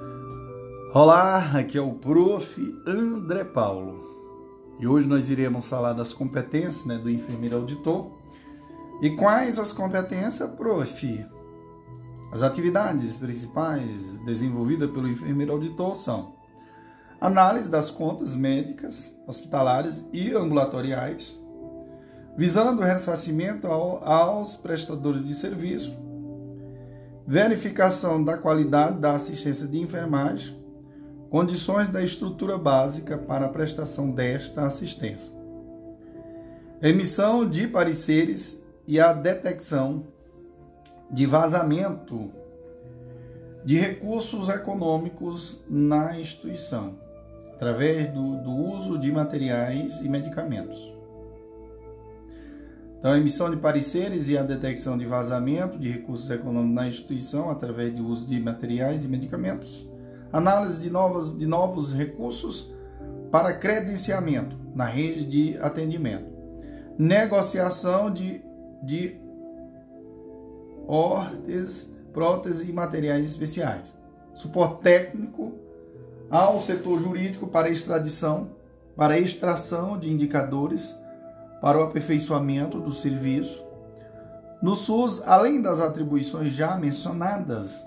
Olá, aqui é o prof André Paulo, e hoje nós iremos falar das competências, né, do enfermeiro auditor. E quais as competências, prof? As atividades principais desenvolvidas pelo enfermeiro auditor são análise das contas médicas, hospitalares e ambulatoriais, visando o ressarcimento ao, aos prestadores de serviço, verificação da qualidade da assistência de enfermagem, condições da estrutura básica para a prestação desta assistência, emissão de pareceres e a detecção de vazamento de recursos econômicos na instituição, através do, do uso de materiais e medicamentos. Então, a emissão de pareceres e a detecção de vazamento de recursos econômicos na instituição, através do uso de materiais e medicamentos. Análise de novos, de novos recursos para credenciamento na rede de atendimento. Negociação de, de ordens, prótese e materiais especiais. Suporte técnico ao setor jurídico para extradição, para extração de indicadores, para o aperfeiçoamento do serviço. No SUS, além das atribuições já mencionadas,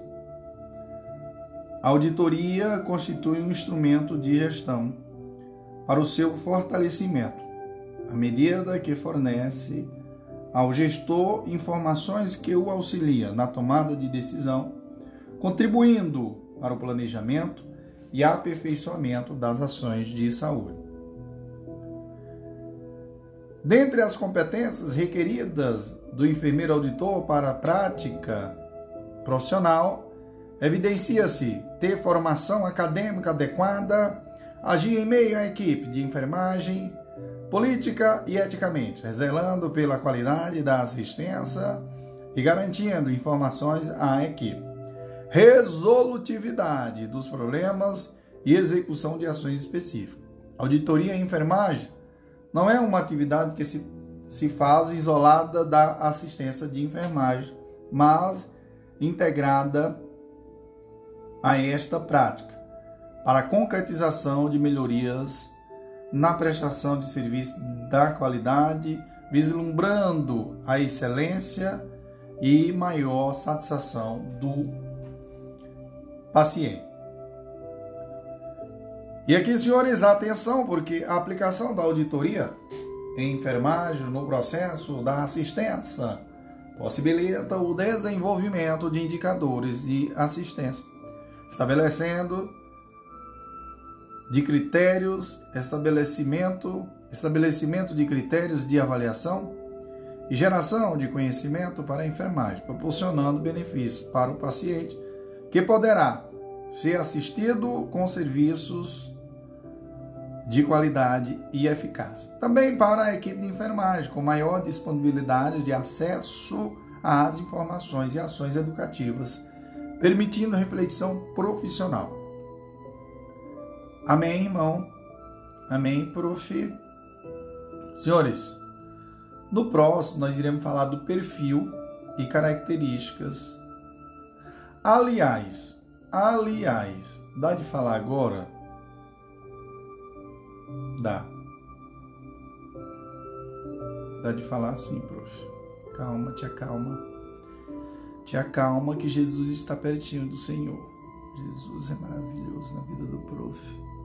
a auditoria constitui um instrumento de gestão para o seu fortalecimento, à medida que fornece ao gestor informações que o auxiliam na tomada de decisão, contribuindo para o planejamento e aperfeiçoamento das ações de saúde. Dentre as competências requeridas do enfermeiro auditor para a prática profissional, evidencia-se ter formação acadêmica adequada, agir em meio à equipe de enfermagem, política e eticamente, zelando pela qualidade da assistência e garantindo informações à equipe, resolutividade dos problemas e execução de ações específicas. Auditoria em enfermagem não é uma atividade que se, se faz isolada da assistência de enfermagem, mas integrada a esta prática, para a concretização de melhorias na prestação de serviço da qualidade, vislumbrando a excelência e maior satisfação do paciente. E aqui, senhores, atenção, porque a aplicação da auditoria em enfermagem no processo da assistência possibilita o desenvolvimento de indicadores de assistência, estabelecendo de critérios, estabelecimento, estabelecimento de critérios de avaliação e geração de conhecimento para a enfermagem, proporcionando benefícios para o paciente, que poderá ser assistido com serviços de qualidade e eficácia. Também para a equipe de enfermagem, com maior disponibilidade de acesso às informações e ações educativas, permitindo reflexão profissional. Amém, irmão? Amém, prof? Senhores, no próximo nós iremos falar do perfil e características. Aliás, aliás, dá de falar agora? Dá. Dá de falar sim, prof. Calma, te acalma. Te acalma que Jesus está pertinho do Senhor. Jesus é maravilhoso na vida do prof.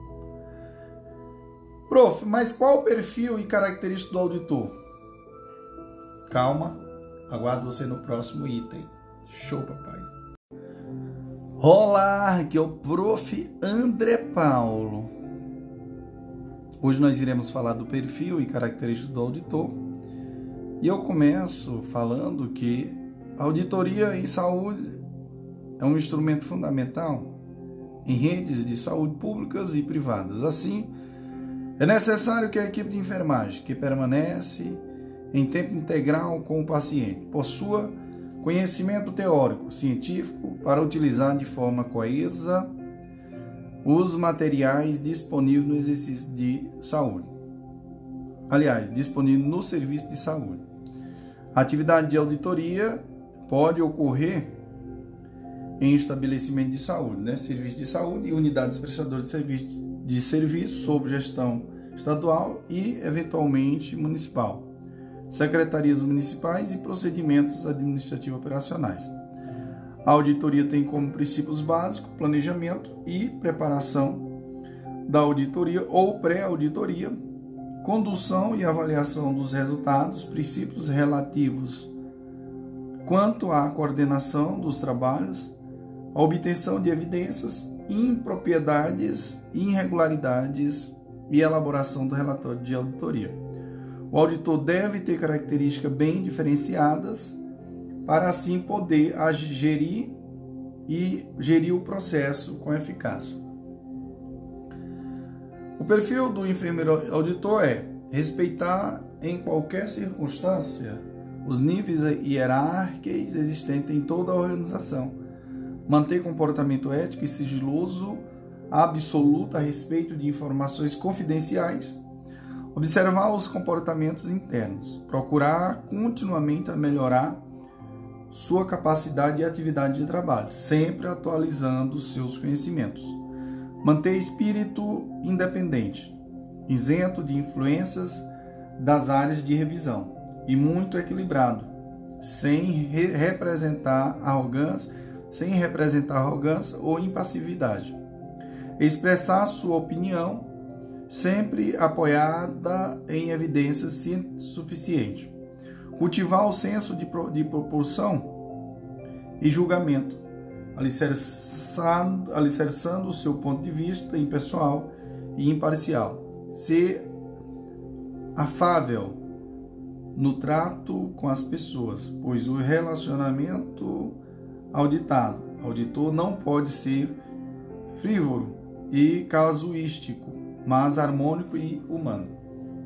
Prof, mas qual o perfil e característica do auditor? Calma, aguardo você no próximo item. Show, papai. Olá, aqui é o prof. André Paulo. Hoje nós iremos falar do perfil e características do auditor. E eu começo falando que a auditoria em saúde é um instrumento fundamental em redes de saúde públicas e privadas. Assim, é necessário que a equipe de enfermagem, que permanece em tempo integral com o paciente, possua conhecimento teórico, científico, para utilizar de forma coesa os materiais disponíveis no exercício de saúde. Aliás, disponível no serviço de saúde. A atividade de auditoria pode ocorrer em estabelecimento de saúde, né? Serviço de saúde e unidades prestadoras de serviço, de serviço sob gestão estadual e, eventualmente, municipal, secretarias municipais e procedimentos administrativos operacionais. A auditoria tem como princípios básicos planejamento e preparação da auditoria ou pré-auditoria, condução e avaliação dos resultados, princípios relativos quanto à coordenação dos trabalhos, a obtenção de evidências, impropriedades, irregularidades e elaboração do relatório de auditoria. O auditor deve ter características bem diferenciadas para assim poder gerir e gerir o processo com eficácia. O perfil do enfermeiro auditor é respeitar em qualquer circunstância os níveis hierárquicos existentes em toda a organização, manter comportamento ético e sigiloso absoluto a respeito de informações confidenciais, observar os comportamentos internos, procurar continuamente melhorar sua capacidade e atividade de trabalho, sempre atualizando seus conhecimentos. Manter espírito independente, isento de influências das áreas de revisão e muito equilibrado, sem re representar arrogância, sem representar arrogância ou impassividade. Expressar sua opinião, sempre apoiada em evidências suficientes. Cultivar o senso de, pro, de proporção e julgamento, alicerçando, alicerçando o seu ponto de vista impessoal e imparcial. Ser afável no trato com as pessoas, pois o relacionamento auditado, auditor não pode ser frívolo e casuístico, mas harmônico e humano.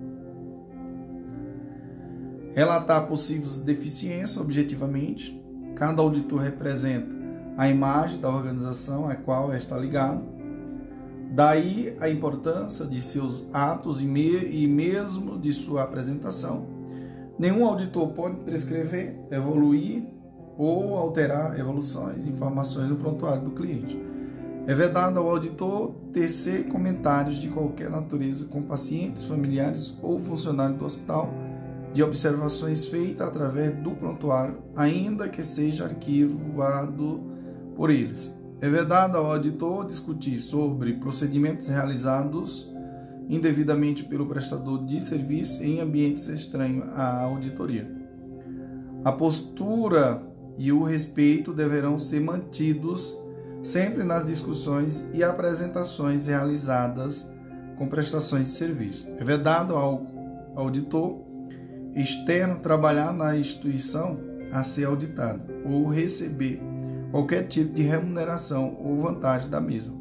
Relatar possíveis deficiências objetivamente. Cada auditor representa a imagem da organização a qual está ligado. Daí a importância de seus atos e, me e mesmo de sua apresentação. Nenhum auditor pode prescrever, evoluir ou alterar evoluções, informações do prontuário do cliente. É vedado ao auditor tecer comentários de qualquer natureza com pacientes, familiares ou funcionários do hospital de observações feitas através do prontuário, ainda que seja arquivado por eles. É vedado ao auditor discutir sobre procedimentos realizados indevidamente pelo prestador de serviço em ambientes estranhos à auditoria. A postura e o respeito deverão ser mantidos sempre nas discussões e apresentações realizadas com prestações de serviço. É vedado ao auditor externo trabalhar na instituição a ser auditada ou receber qualquer tipo de remuneração ou vantagem da mesma.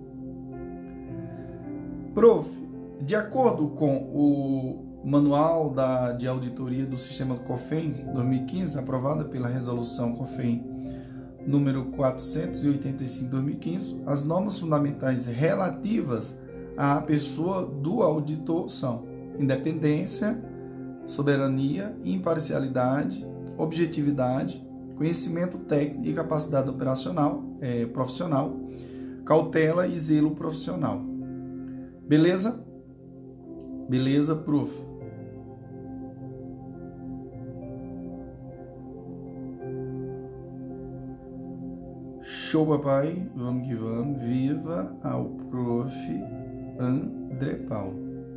Prof, de acordo com o Manual da, de Auditoria do Sistema COFEM dois mil e quinze, aprovada pela Resolução COFEM número quatrocentos e oitenta e cinco de dois mil e quinze, as normas fundamentais relativas à pessoa do auditor são independência, soberania, imparcialidade, objetividade, conhecimento técnico e capacidade operacional, é, profissional, cautela e zelo profissional. Beleza? Beleza, prof? Show, papai. Vamos que vamos. Viva ao prof. André Paulo.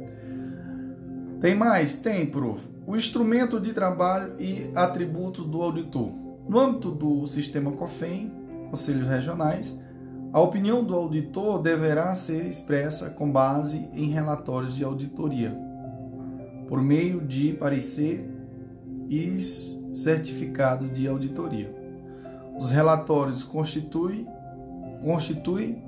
Tem mais? Tem, prof. O instrumento de trabalho e atributos do auditor. No âmbito do sistema COFEM, Conselhos Regionais, a opinião do auditor deverá ser expressa com base em relatórios de auditoria, por meio de parecer e certificado de auditoria. Os relatórios constituem, constituem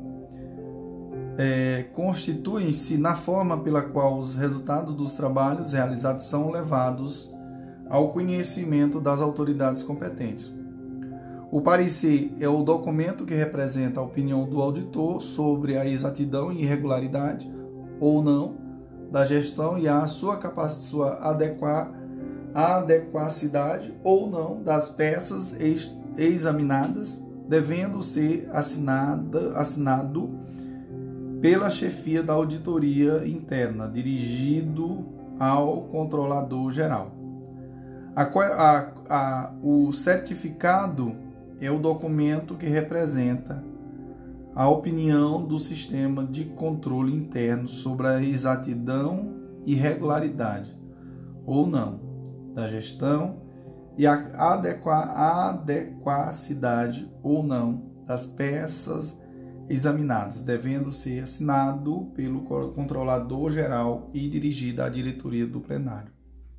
É, constituem-se na forma pela qual os resultados dos trabalhos realizados são levados ao conhecimento das autoridades competentes. O parecer é o documento que representa a opinião do auditor sobre a exatidão e irregularidade ou não da gestão e a sua capacidade, sua adequar, adequacidade ou não das peças ex, examinadas, devendo ser assinada, assinado pela chefia da auditoria interna, dirigido ao controlador geral. A, a, a, o certificado é o documento que representa a opinião do sistema de controle interno sobre a exatidão e regularidade, ou não, da gestão e a adequa, adequacidade ou não das peças examinadas, devendo ser assinado pelo controlador geral e dirigido à diretoria do plenário.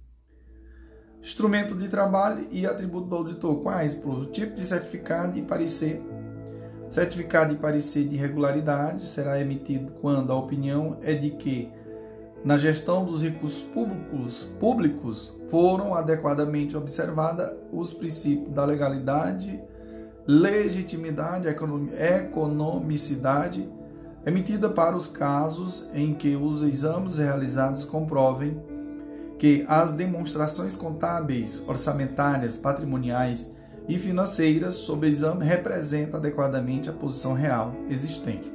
Instrumento de trabalho e atributo do auditor. Quais? Por tipo de certificado e parecer. Certificado e parecer de regularidade será emitido quando a opinião é de que, na gestão dos recursos públicos, públicos foram adequadamente observados os princípios da legalidade, legitimidade, economicidade, emitida para os casos em que os exames realizados comprovem que as demonstrações contábeis, orçamentárias, patrimoniais e financeiras sob exame representa adequadamente a posição real existente.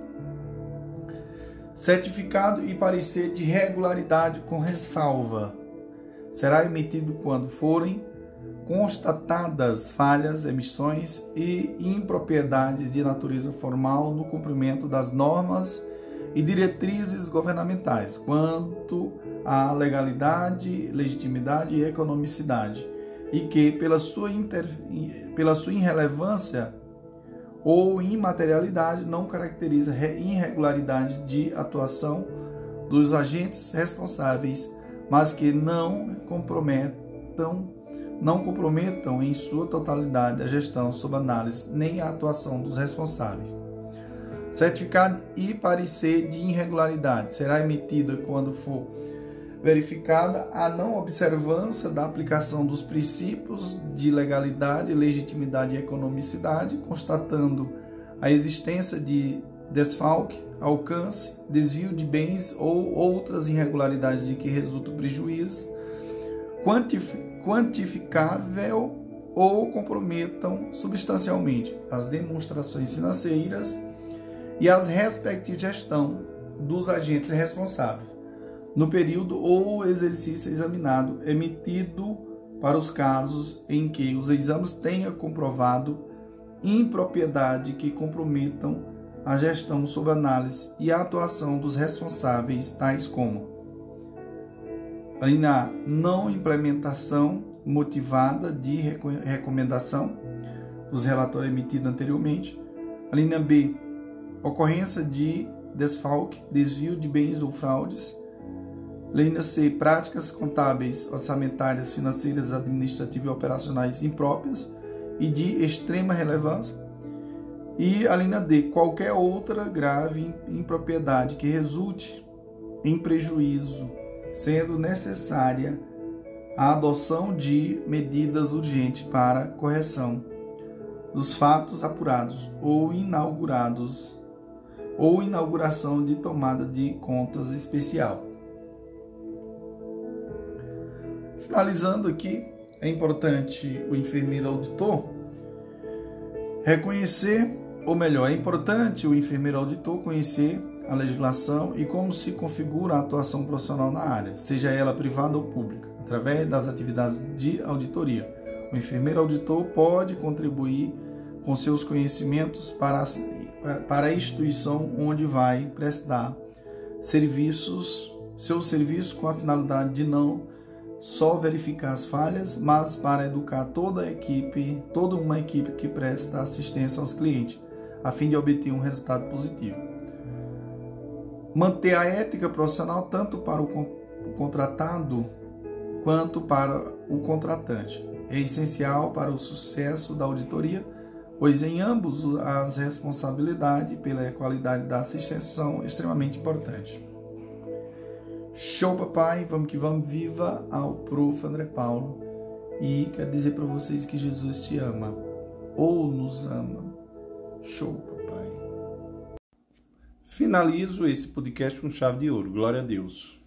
Certificado e parecer de regularidade com ressalva será emitido quando forem constatadas falhas, emissões e impropriedades de natureza formal no cumprimento das normas e diretrizes governamentais quanto à legalidade, legitimidade e economicidade, e que, pela sua, inter... pela sua irrelevância ou imaterialidade, não caracteriza irregularidade de atuação dos agentes responsáveis, mas que não comprometam, não comprometam em sua totalidade a gestão sob análise nem a atuação dos responsáveis. Certificado e parecer de irregularidade será emitida quando for verificada a não observância da aplicação dos princípios de legalidade, legitimidade e economicidade, constatando a existência de desfalque, alcance, desvio de bens ou outras irregularidades de que resulta prejuízo, quantificável ou comprometam substancialmente as demonstrações financeiras e as respectivas gestão dos agentes responsáveis no período ou exercício examinado, emitido para os casos em que os exames tenham comprovado impropriedade que comprometam a gestão sob análise e a atuação dos responsáveis, tais como a linha A, não implementação motivada de recomendação dos relatórios emitidos anteriormente, a linha B, ocorrência de desfalque, desvio de bens ou fraudes, linha C, práticas contábeis, orçamentárias, financeiras, administrativas e operacionais impróprias e de extrema relevância. E a linha D, qualquer outra grave impropriedade que resulte em prejuízo, sendo necessária a adoção de medidas urgentes para correção dos fatos apurados ou inaugurados ou inauguração de tomada de contas especial. Finalizando aqui, é importante o enfermeiro auditor reconhecer, ou melhor, é importante o enfermeiro auditor conhecer a legislação e como se configura a atuação profissional na área, seja ela privada ou pública, através das atividades de auditoria. O enfermeiro auditor pode contribuir com seus conhecimentos para a, para a instituição onde vai prestar serviços, seus serviços com a finalidade de não só verificar as falhas, mas para educar toda a equipe, toda uma equipe que presta assistência aos clientes, a fim de obter um resultado positivo. Manter a ética profissional tanto para o contratado quanto para o contratante é essencial para o sucesso da auditoria, pois em ambos as responsabilidades pela qualidade da assistência são extremamente importantes. Show, papai! Vamos que vamos! Viva ao Prof. André Paulo! E quero dizer para vocês que Jesus te ama, ou nos ama. Show, papai! Finalizo esse podcast com chave de ouro. Glória a Deus!